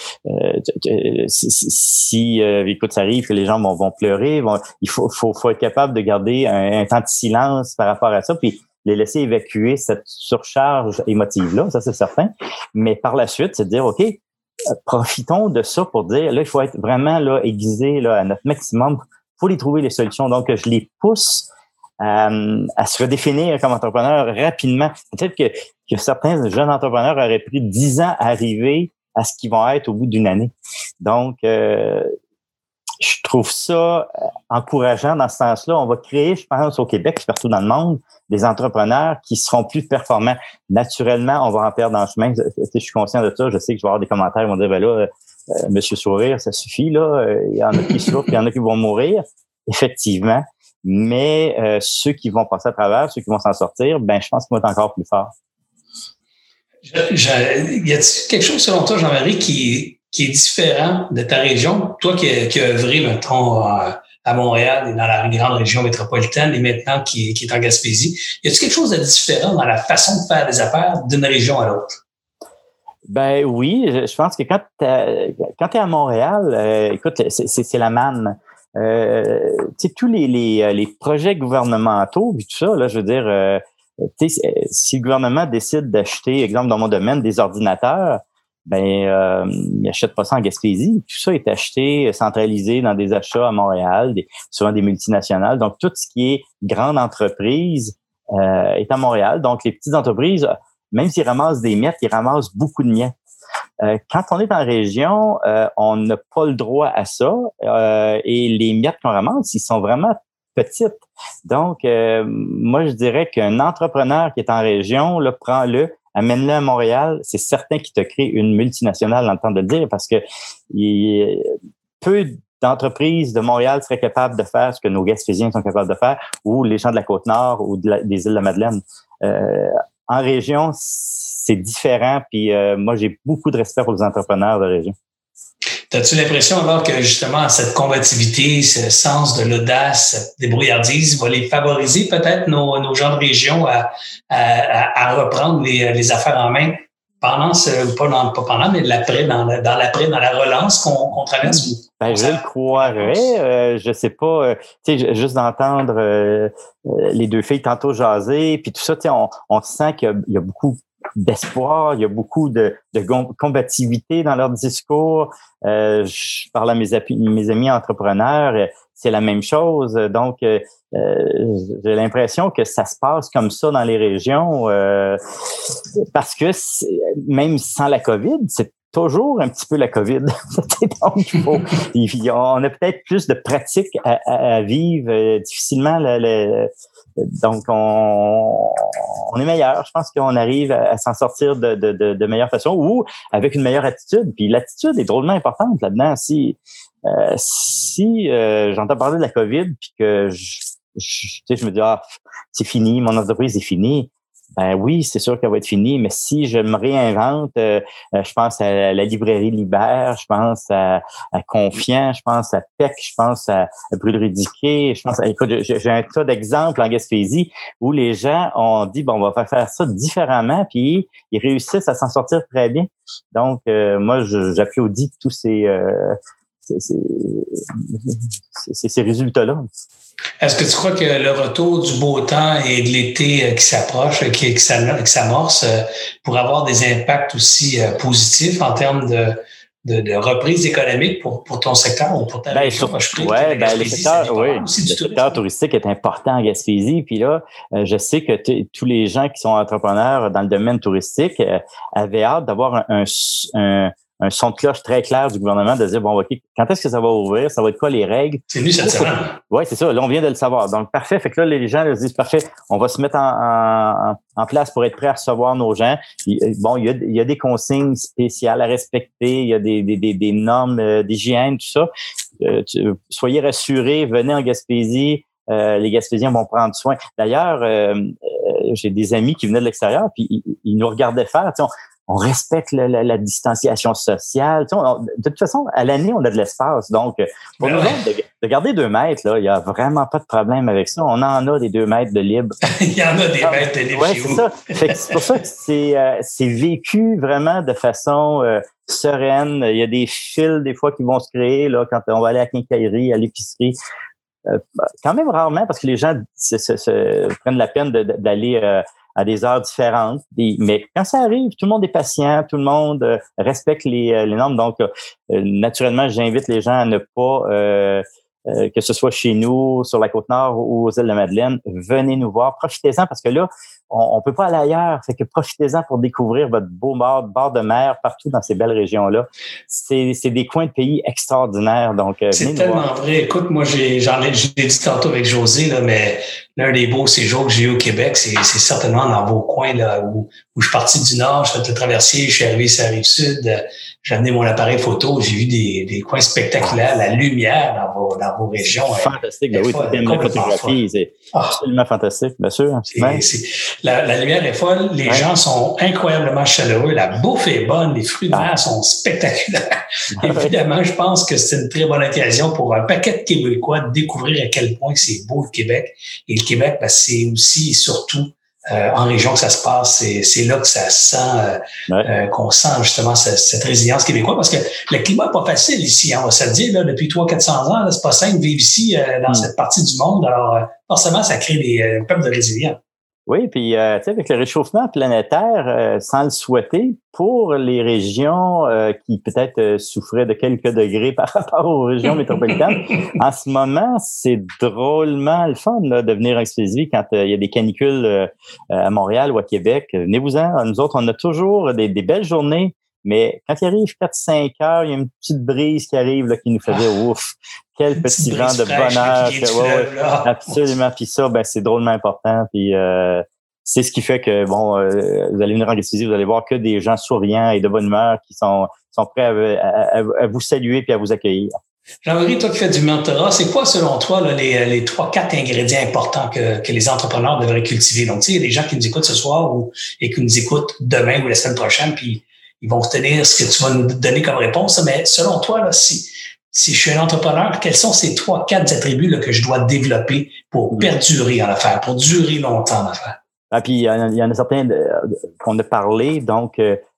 Speaker 5: écoute, ça arrive que les gens vont pleurer, il faut être capable de garder un temps de silence par rapport à ça, puis les laisser évacuer cette surcharge émotive-là, ça c'est certain. Mais par la suite, c'est de dire, OK, profitons de ça pour dire, là, il faut être vraiment là aiguisé là, à notre maximum. Il faut les trouver les solutions. Donc, je les pousse à se redéfinir comme entrepreneur rapidement. Peut-être que certains jeunes entrepreneurs auraient pris 10 ans à arriver à ce qu'ils vont être au bout d'une année. Donc, je trouve ça encourageant dans ce sens-là. On va créer, je pense, au Québec et partout dans le monde, des entrepreneurs qui seront plus performants. Naturellement, on va en perdre en chemin. Je suis conscient de ça. Je sais que je vais avoir des commentaires qui vont dire, Monsieur Sourire, ça suffit, là. Il y en a qui souffrent, il y en a qui vont mourir. Effectivement. Mais ceux qui vont passer à travers, ceux qui vont s'en sortir, je pense qu'ils vont être encore plus forts.
Speaker 2: Y a-t-il quelque chose, selon toi, Jean-Marie, qui est différent de ta région? Toi qui as œuvré, mettons, à Montréal et dans la grande région métropolitaine et maintenant qui est en Gaspésie, y a-t-il quelque chose de différent dans la façon de faire des affaires d'une région à l'autre?
Speaker 5: Oui, je pense que quand tu es à Montréal, écoute, c'est la manne. Tu sais, tous les projets gouvernementaux et tout ça, là, je veux dire, si le gouvernement décide d'acheter, exemple dans mon domaine, des ordinateurs, il n'achète pas ça en Gaspésie. Tout ça est acheté, centralisé dans des achats à Montréal, souvent des multinationales. Donc, tout ce qui est grande entreprise est à Montréal. Donc, les petites entreprises, même s'ils ramassent des miettes, ils ramassent beaucoup de miettes. Quand on est en région, on n'a pas le droit à ça. Et les miettes qu'on ramasse, ils sont vraiment petites. Donc, moi, je dirais qu'un entrepreneur qui est en région, là, prends-le, amène-le à Montréal, c'est certain qu'il te crée une multinationale, dans le temps de le dire, parce que peu d'entreprises de Montréal seraient capables de faire ce que nos Gaspésiens sont capables de faire, ou les gens de la Côte-Nord ou des îles de la Madeleine. En région, c'est différent, puis moi, j'ai beaucoup de respect pour les entrepreneurs de région.
Speaker 2: As-tu l'impression alors que justement cette combativité, ce sens de l'audace, cette débrouillardise va les favoriser peut-être nos gens de région à reprendre les affaires en main pas pendant, mais l'après, dans la relance qu'on traverse?
Speaker 5: Ben, je le croirais. Je sais pas. Tu sais, juste d'entendre les deux filles tantôt jaser, puis tout ça, tu sais, on sent qu'il y a beaucoup d'espoir, il y a beaucoup de combativité dans leur discours. Je parle à mes amis entrepreneurs, c'est la même chose. Donc, j'ai l'impression que ça se passe comme ça dans les régions parce que même sans la COVID, c'est toujours un petit peu la COVID. Donc, on a peut-être plus de pratiques à vivre difficilement. Donc, on est meilleur. Je pense qu'on arrive à s'en sortir de meilleure façon ou avec une meilleure attitude. Puis l'attitude est drôlement importante là-dedans. Si j'entends parler de la COVID puis que je me dis c'est fini, mon entreprise est finie. Ben oui, c'est sûr qu'elle va être finie, mais si je me réinvente, je pense à la librairie Libère, je pense à Confiant, je pense à PEC, je pense à Brûle-Ridiquet, écoute, j'ai un tas d'exemples en Gaspésie où les gens ont dit, bon, on va faire ça différemment, puis ils réussissent à s'en sortir très bien. Donc, moi, j'applaudis tous ces résultats-là.
Speaker 2: Est-ce que tu crois que le retour du beau temps et de l'été qui s'approche, qui s'amorce, pourrait avoir des impacts aussi positifs en termes de reprise économique pour ton secteur ou pour ta région?
Speaker 5: Le secteur touristique est important en Gaspésie. Puis là, je sais que tous les gens qui sont entrepreneurs dans le domaine touristique avaient hâte d'avoir un son de cloche très clair du gouvernement de dire, bon, OK, quand est-ce que ça va ouvrir? Ça va être quoi les règles?
Speaker 2: C'est venu cette semaine.
Speaker 5: Oui, c'est ça. Là, on vient de le savoir. Donc, parfait. Fait que là, les gens se disent, parfait, on va se mettre en place pour être prêt à recevoir nos gens. Bon, il y a des consignes spéciales à respecter. Il y a des normes d'hygiène, tout ça. Soyez rassurés, venez en Gaspésie. Les Gaspésiens vont prendre soin. D'ailleurs, j'ai des amis qui venaient de l'extérieur, puis ils nous regardaient faire. On respecte la distanciation sociale. De toute façon, à l'année, on a de l'espace. Donc, pour nous autres, de garder 2 mètres, là, il n'y a vraiment pas de problème avec ça. On en a des 2 mètres de libre.
Speaker 2: Il y en a des mètres de libre chez vous.
Speaker 5: Ça. C'est pour ça que c'est vécu vraiment de façon sereine. Il y a des fils, des fois, qui vont se créer là quand on va aller à la quincaillerie, à l'épicerie. Quand même rarement, parce que les gens se prennent la peine d'aller à des heures différentes. Mais quand ça arrive, tout le monde est patient, tout le monde respecte les normes. Donc, naturellement, j'invite les gens à ne pas, que ce soit chez nous, sur la Côte-Nord ou aux Îles-de-Madeleine, venez nous voir. Profitez-en parce que là, on peut pas aller ailleurs. Fait que profitez-en pour découvrir votre beau bord de mer partout dans ces belles régions-là. C'est des coins de pays extraordinaires. Donc,
Speaker 2: c'est tellement vrai. Écoute, moi, j'ai dit tantôt avec José, là, mais l'un des beaux séjours que j'ai eu au Québec, c'est certainement dans vos coins là où je suis parti du Nord, je fais le traversier, je suis arrivé sur la Rive-Sud, j'ai amené mon appareil photo, j'ai vu des coins spectaculaires, la lumière dans vos régions.
Speaker 5: Fantastique, oui, la photographie, c'est absolument fantastique, bien sûr.
Speaker 2: La lumière est folle, les gens sont incroyablement chaleureux, la bouffe est bonne, les fruits de mer sont spectaculaires. Évidemment, je pense que c'est une très bonne occasion pour un paquet de Québécois de découvrir à quel point c'est beau le Québec. Et le Québec, c'est aussi et surtout en région que ça se passe. C'est là que ça sent, qu'on sent justement cette résilience québécoise, parce que le climat n'est pas facile ici. On va se le dire, là, depuis 300-400 ans, c'est pas simple de vivre ici dans cette partie du monde. Alors, forcément, ça crée un peuple de résilients.
Speaker 5: Oui, puis tu sais, avec le réchauffement planétaire, sans le souhaiter, pour les régions qui peut-être souffraient de quelques degrés par rapport aux régions métropolitaines, en ce moment, c'est drôlement le fun là, de venir en Gaspésie quand il y a des canicules à Montréal ou à Québec. Venez-vous-en. Nous autres, on a toujours des belles journées, mais quand il arrive 4-5 heures, il y a une petite brise qui arrive là, qui nous fait dire ouf, quel petit vent de bonheur. Absolument. Puis ça, c'est drôlement important. Puis c'est ce qui fait que vous allez venir en Gaspésie, vous allez voir que des gens souriants et de bonne humeur qui sont prêts à vous saluer puis à vous accueillir.
Speaker 2: Jean-Marie, toi qui fais du mentorat, c'est quoi selon toi là, les 3-4 ingrédients importants que les entrepreneurs devraient cultiver? Donc, tu sais, il y a des gens qui nous écoutent ce soir et qui nous écoutent demain ou la semaine prochaine, puis ils vont retenir ce que tu vas nous donner comme réponse. Mais selon toi, là, si je suis un entrepreneur, quels sont ces 3-4 attributs là, que je dois développer pour perdurer en affaires, pour durer longtemps en affaires?
Speaker 5: Puis il y en a certains qu'on a parlé. Donc,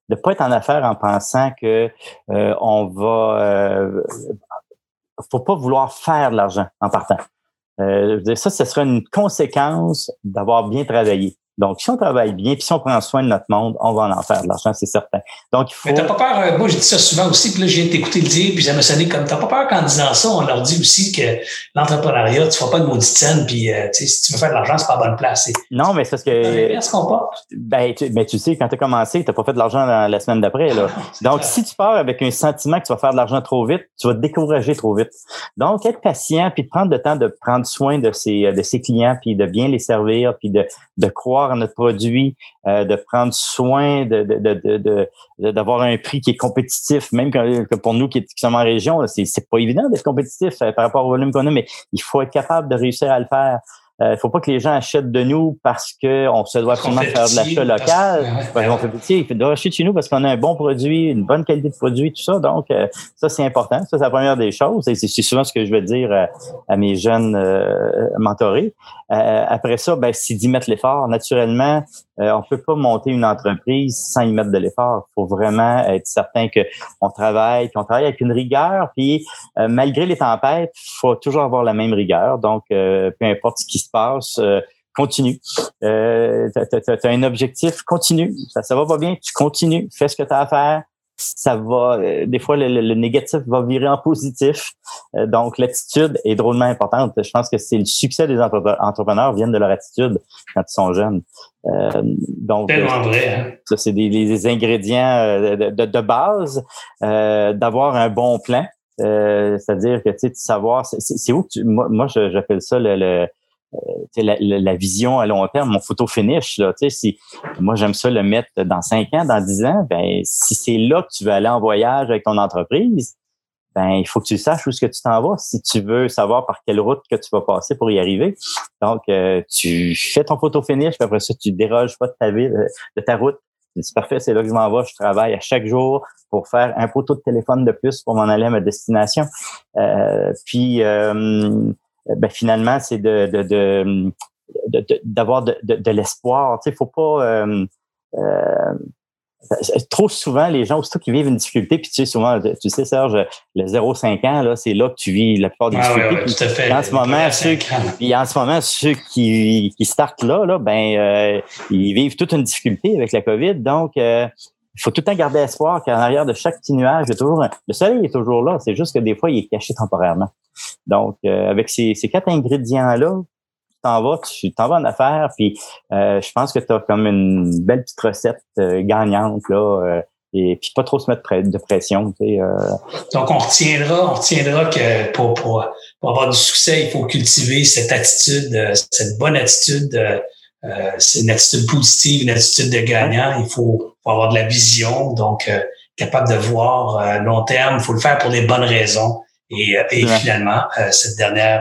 Speaker 5: de pas être en affaires en pensant que on va faut pas vouloir faire de l'argent en partant. Je veux dire, ça serait une conséquence d'avoir bien travaillé. Donc, si on travaille bien, puis si on prend soin de notre monde, on va en faire de l'argent, c'est certain. Donc, il faut...
Speaker 2: Mais t'as pas peur, moi je dis ça souvent aussi, puis là, je viens de t'écouter le dire, puis ça m'a sonné comme, t'as pas peur qu'en disant ça, on leur dit aussi que l'entrepreneuriat, tu feras pas de maudite scène, puis si tu veux faire de l'argent, c'est pas la bonne place.
Speaker 5: Non, mais c'est parce que... tu sais, quand tu as commencé, tu n'as pas fait de l'argent la semaine d'après. Là. Donc, si tu pars avec un sentiment que tu vas faire de l'argent trop vite, tu vas te décourager trop vite. Donc, être patient, puis de prendre le temps de prendre soin de ses clients, puis de bien les servir, puis de croire à notre produit, de prendre soin d'avoir un prix qui est compétitif, même que pour nous qui sommes en région, là, c'est pas évident d'être compétitif par rapport au volume qu'on a, mais il faut être capable de réussir à le faire. Il faut pas que les gens achètent de nous parce qu'on se doit absolument faire de l'achat local. On fait pitié. Il faut acheter de chez nous parce qu'on a un bon produit, une bonne qualité de produit, tout ça. Donc, ça, c'est important. Ça, c'est la première des choses. Et c'est souvent ce que je vais dire à mes jeunes mentorés. Après ça, c'est d'y mettre l'effort. Naturellement, on peut pas monter une entreprise sans y mettre de l'effort. Il faut vraiment être certain qu'on travaille, avec une rigueur. Puis, malgré les tempêtes, il faut toujours avoir la même rigueur. Donc, peu importe ce qui se passe, continue. T'as un objectif, continue. Ça va pas bien, tu continues. Fais ce que tu as à faire. Ça va, des fois, le négatif va virer en positif. Donc, l'attitude est drôlement importante. Je pense que c'est le succès des entrepreneurs viennent de leur attitude quand ils sont jeunes. Donc,
Speaker 2: tellement vrai. Hein?
Speaker 5: Ça, c'est des ingrédients de base, d'avoir un bon plan. C'est-à-dire que, tu sais, de savoir, c'est où que moi, j'appelle ça la vision à long terme, mon photo finish, là, tu sais, si moi j'aime ça le mettre dans 5 ans, dans 10 ans, si c'est là que tu veux aller en voyage avec ton entreprise, il faut que tu saches où est-ce que tu t'en vas si tu veux savoir par quelle route que tu vas passer pour y arriver. Donc, tu fais ton photo finish, puis après ça, tu déroges pas de ta route. C'est parfait, c'est là que je m'en vais. Je travaille à chaque jour pour faire un poteau de téléphone de plus pour m'en aller à ma destination. Finalement, c'est d'avoir de l'espoir. Tu sais, faut pas trop souvent les gens, aussitôt qu'ils vivent une difficulté, puis tu sais souvent, tu sais Serge, le 0-5 ans là, c'est là que tu vis la plupart des difficultés.
Speaker 2: Ouais, tout à fait.
Speaker 5: En ce moment, ceux qui startent là, ils vivent toute une difficulté avec la COVID. Donc, il faut tout le temps garder espoir qu'en arrière de chaque petit nuage, le soleil est toujours là. C'est juste que des fois, il est caché temporairement. Donc, avec ces 4 ingrédients-là, tu t'en vas en affaires, puis je pense que tu as comme une belle petite recette gagnante, là, et puis pas trop se mettre de pression. Tu sais,
Speaker 2: Donc, on retiendra que pour avoir du succès, il faut cultiver cette attitude, cette bonne attitude. C'est une attitude positive, une attitude de gagnant. Il faut avoir de la vision, donc capable de voir long terme. Il faut le faire pour les bonnes raisons. Et finalement, cette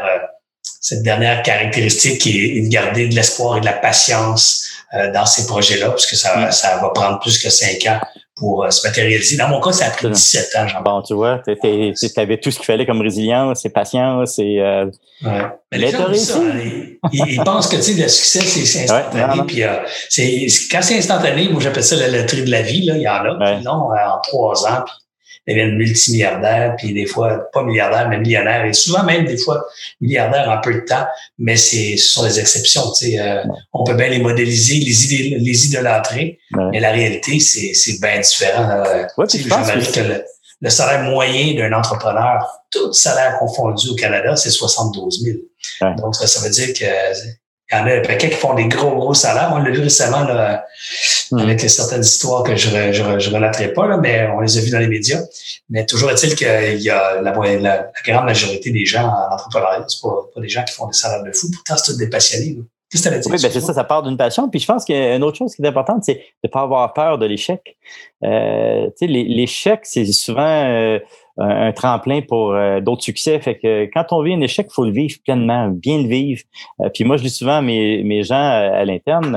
Speaker 2: dernière caractéristique qui est de garder de l'espoir et de la patience dans ces projets-là, parce que ça va prendre plus que 5 ans pour se matérialiser. Dans mon cas, ça a pris 17 ans,
Speaker 5: Bon, tu vois, t'avais tout ce qu'il fallait comme résilience et patience et
Speaker 2: Mais les gens disent ça, ils pensent que, tu sais, le succès, c'est instantané. Puis quand c'est instantané, moi, j'appelle ça la loterie de la vie, là. Il y en a, puis non, en 3 ans, puis ils deviennent multimilliardaires, puis des fois, pas milliardaires, mais millionnaires, et souvent même des fois milliardaires en peu de temps, mais ce sont des exceptions. Tu sais, on peut bien les modéliser, les idolâtrer, mais la réalité, c'est bien différent. Tu sais, Jean-Marie, que le salaire moyen d'un entrepreneur, tout salaire confondu au Canada, c'est 72 000. Ouais. Donc, ça veut dire que il y en a un paquet qui font des gros salaires. On l'a vu récemment là, avec certaines histoires que je relaterai pas, là, mais on les a vues dans les médias. Mais toujours est-il qu'il y a la grande majorité des gens en entrepreneuriat, c'est pas des gens qui font des salaires de fou. Pourtant, c'est tous des passionnés. Là. Qu'est-ce que tu allais dire?
Speaker 5: Oui, c'est ça part d'une passion. Puis je pense qu'il y a une autre chose qui est importante, c'est de ne pas avoir peur de l'échec. Tu sais, l'échec, c'est souvent un tremplin pour d'autres succès. Fait que quand on vit un échec, il faut le vivre pleinement, bien le vivre. Puis moi, je dis souvent à mes gens à l'interne,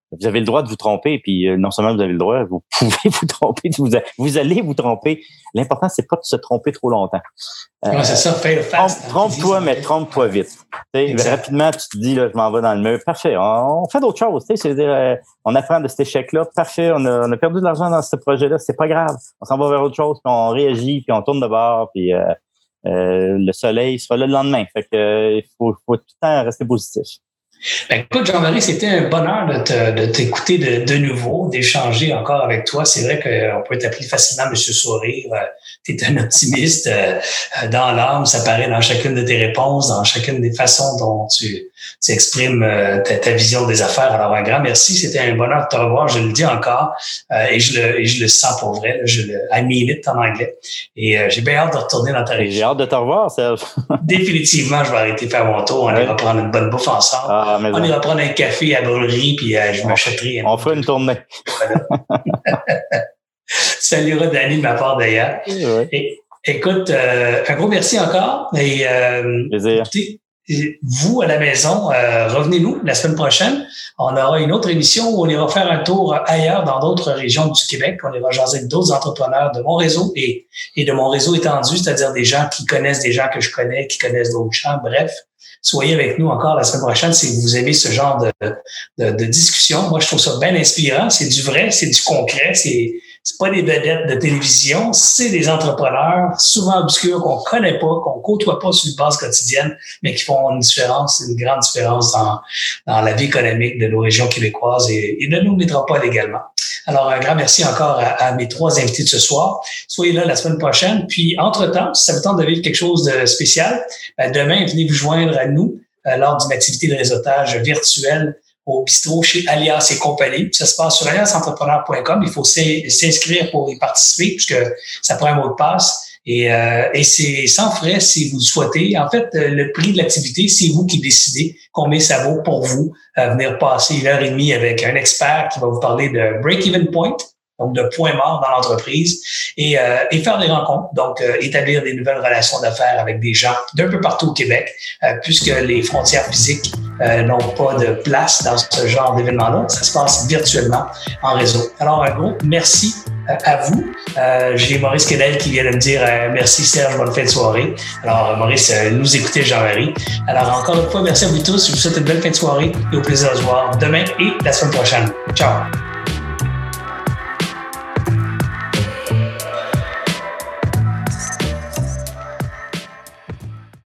Speaker 5: Vous avez le droit de vous tromper, puis non seulement vous avez le droit, vous pouvez vous tromper, vous allez vous tromper. L'important, c'est pas de se tromper trop longtemps.
Speaker 2: C'est ça, fail fast.
Speaker 5: Trompe-toi, mais trompe-toi vite. Rapidement, tu te dis, là, je m'en vais dans le mur. Parfait, on fait d'autres choses. C'est-à-dire, on apprend de cet échec-là. Parfait, on a perdu de l'argent dans ce projet-là. C'est pas grave. On s'en va vers autre chose, puis on réagit, puis on tourne de bord, puis le soleil sera là le lendemain. Fait que il faut tout le temps rester positif.
Speaker 2: Ben, écoute, Jean-Marie, c'était un bonheur de t'écouter de nouveau, d'échanger encore avec toi. C'est vrai qu'on peut t'appeler facilement Monsieur Sourire. Tu es un optimiste dans l'âme. Ça paraît dans chacune de tes réponses, dans chacune des façons dont tu exprimes ta vision des affaires. Alors, un grand merci. C'était un bonheur de te revoir. Je le dis encore et je le sens pour vrai. I mean it en anglais. Et j'ai bien hâte de retourner dans ta région.
Speaker 5: J'ai hâte de te revoir, Serge.
Speaker 2: Définitivement, je vais arrêter de faire mon tour. On ira prendre une bonne bouffe ensemble. On ira prendre un café à brûlerie, puis je m'achèterai.
Speaker 5: On fera une tournée.
Speaker 2: Salut, Danny, de ma part d'ailleurs. Oui. Écoute, un gros merci encore. Et,
Speaker 5: plaisir.
Speaker 2: Écoutez, vous, à la maison, revenez-nous la semaine prochaine. On aura une autre émission où on ira faire un tour ailleurs dans d'autres régions du Québec. On ira jaser avec d'autres entrepreneurs de mon réseau et de mon réseau étendu, c'est-à-dire des gens qui connaissent des gens que je connais, qui connaissent d'autres gens. Bref, soyez avec nous encore la semaine prochaine si vous aimez ce genre de discussion. Moi, je trouve ça bien inspirant. C'est du vrai, c'est du concret, c'est pas des vedettes de télévision, c'est des entrepreneurs souvent obscurs qu'on connaît pas, qu'on côtoie pas sur une base quotidienne, mais qui font une différence, une grande différence dans la vie économique de nos régions québécoises et de nos métropoles également. Alors, un grand merci encore à mes 3 invités de ce soir. Soyez là la semaine prochaine. Puis, entre-temps, si ça vous tente de vivre quelque chose de spécial, demain, venez vous joindre à nous lors d'une activité de réseautage virtuelle au bistrot chez Alias et compagnie. Ça se passe sur aliasentrepreneur.com. Il faut s'inscrire pour y participer puisque ça prend un mot de passe. Et c'est sans frais si vous le souhaitez. En fait, le prix de l'activité, c'est vous qui décidez combien ça vaut pour vous venir passer 1h30 avec un expert qui va vous parler de break-even point, donc de point mort dans l'entreprise, et faire des rencontres, donc établir des nouvelles relations d'affaires avec des gens d'un peu partout au Québec, puisque les frontières physiques n'ont pas de place dans ce genre d'événement-là. Ça se passe virtuellement en réseau. Alors, un gros merci à vous. J'ai Maurice Quedel qui vient de me dire merci Serge, bonne fin de soirée. Alors, Maurice, nous écoutez Jean-Marie. Alors, encore une fois, merci à vous tous. Je vous souhaite une belle fin de soirée et au plaisir de se voir demain et la semaine prochaine. Ciao!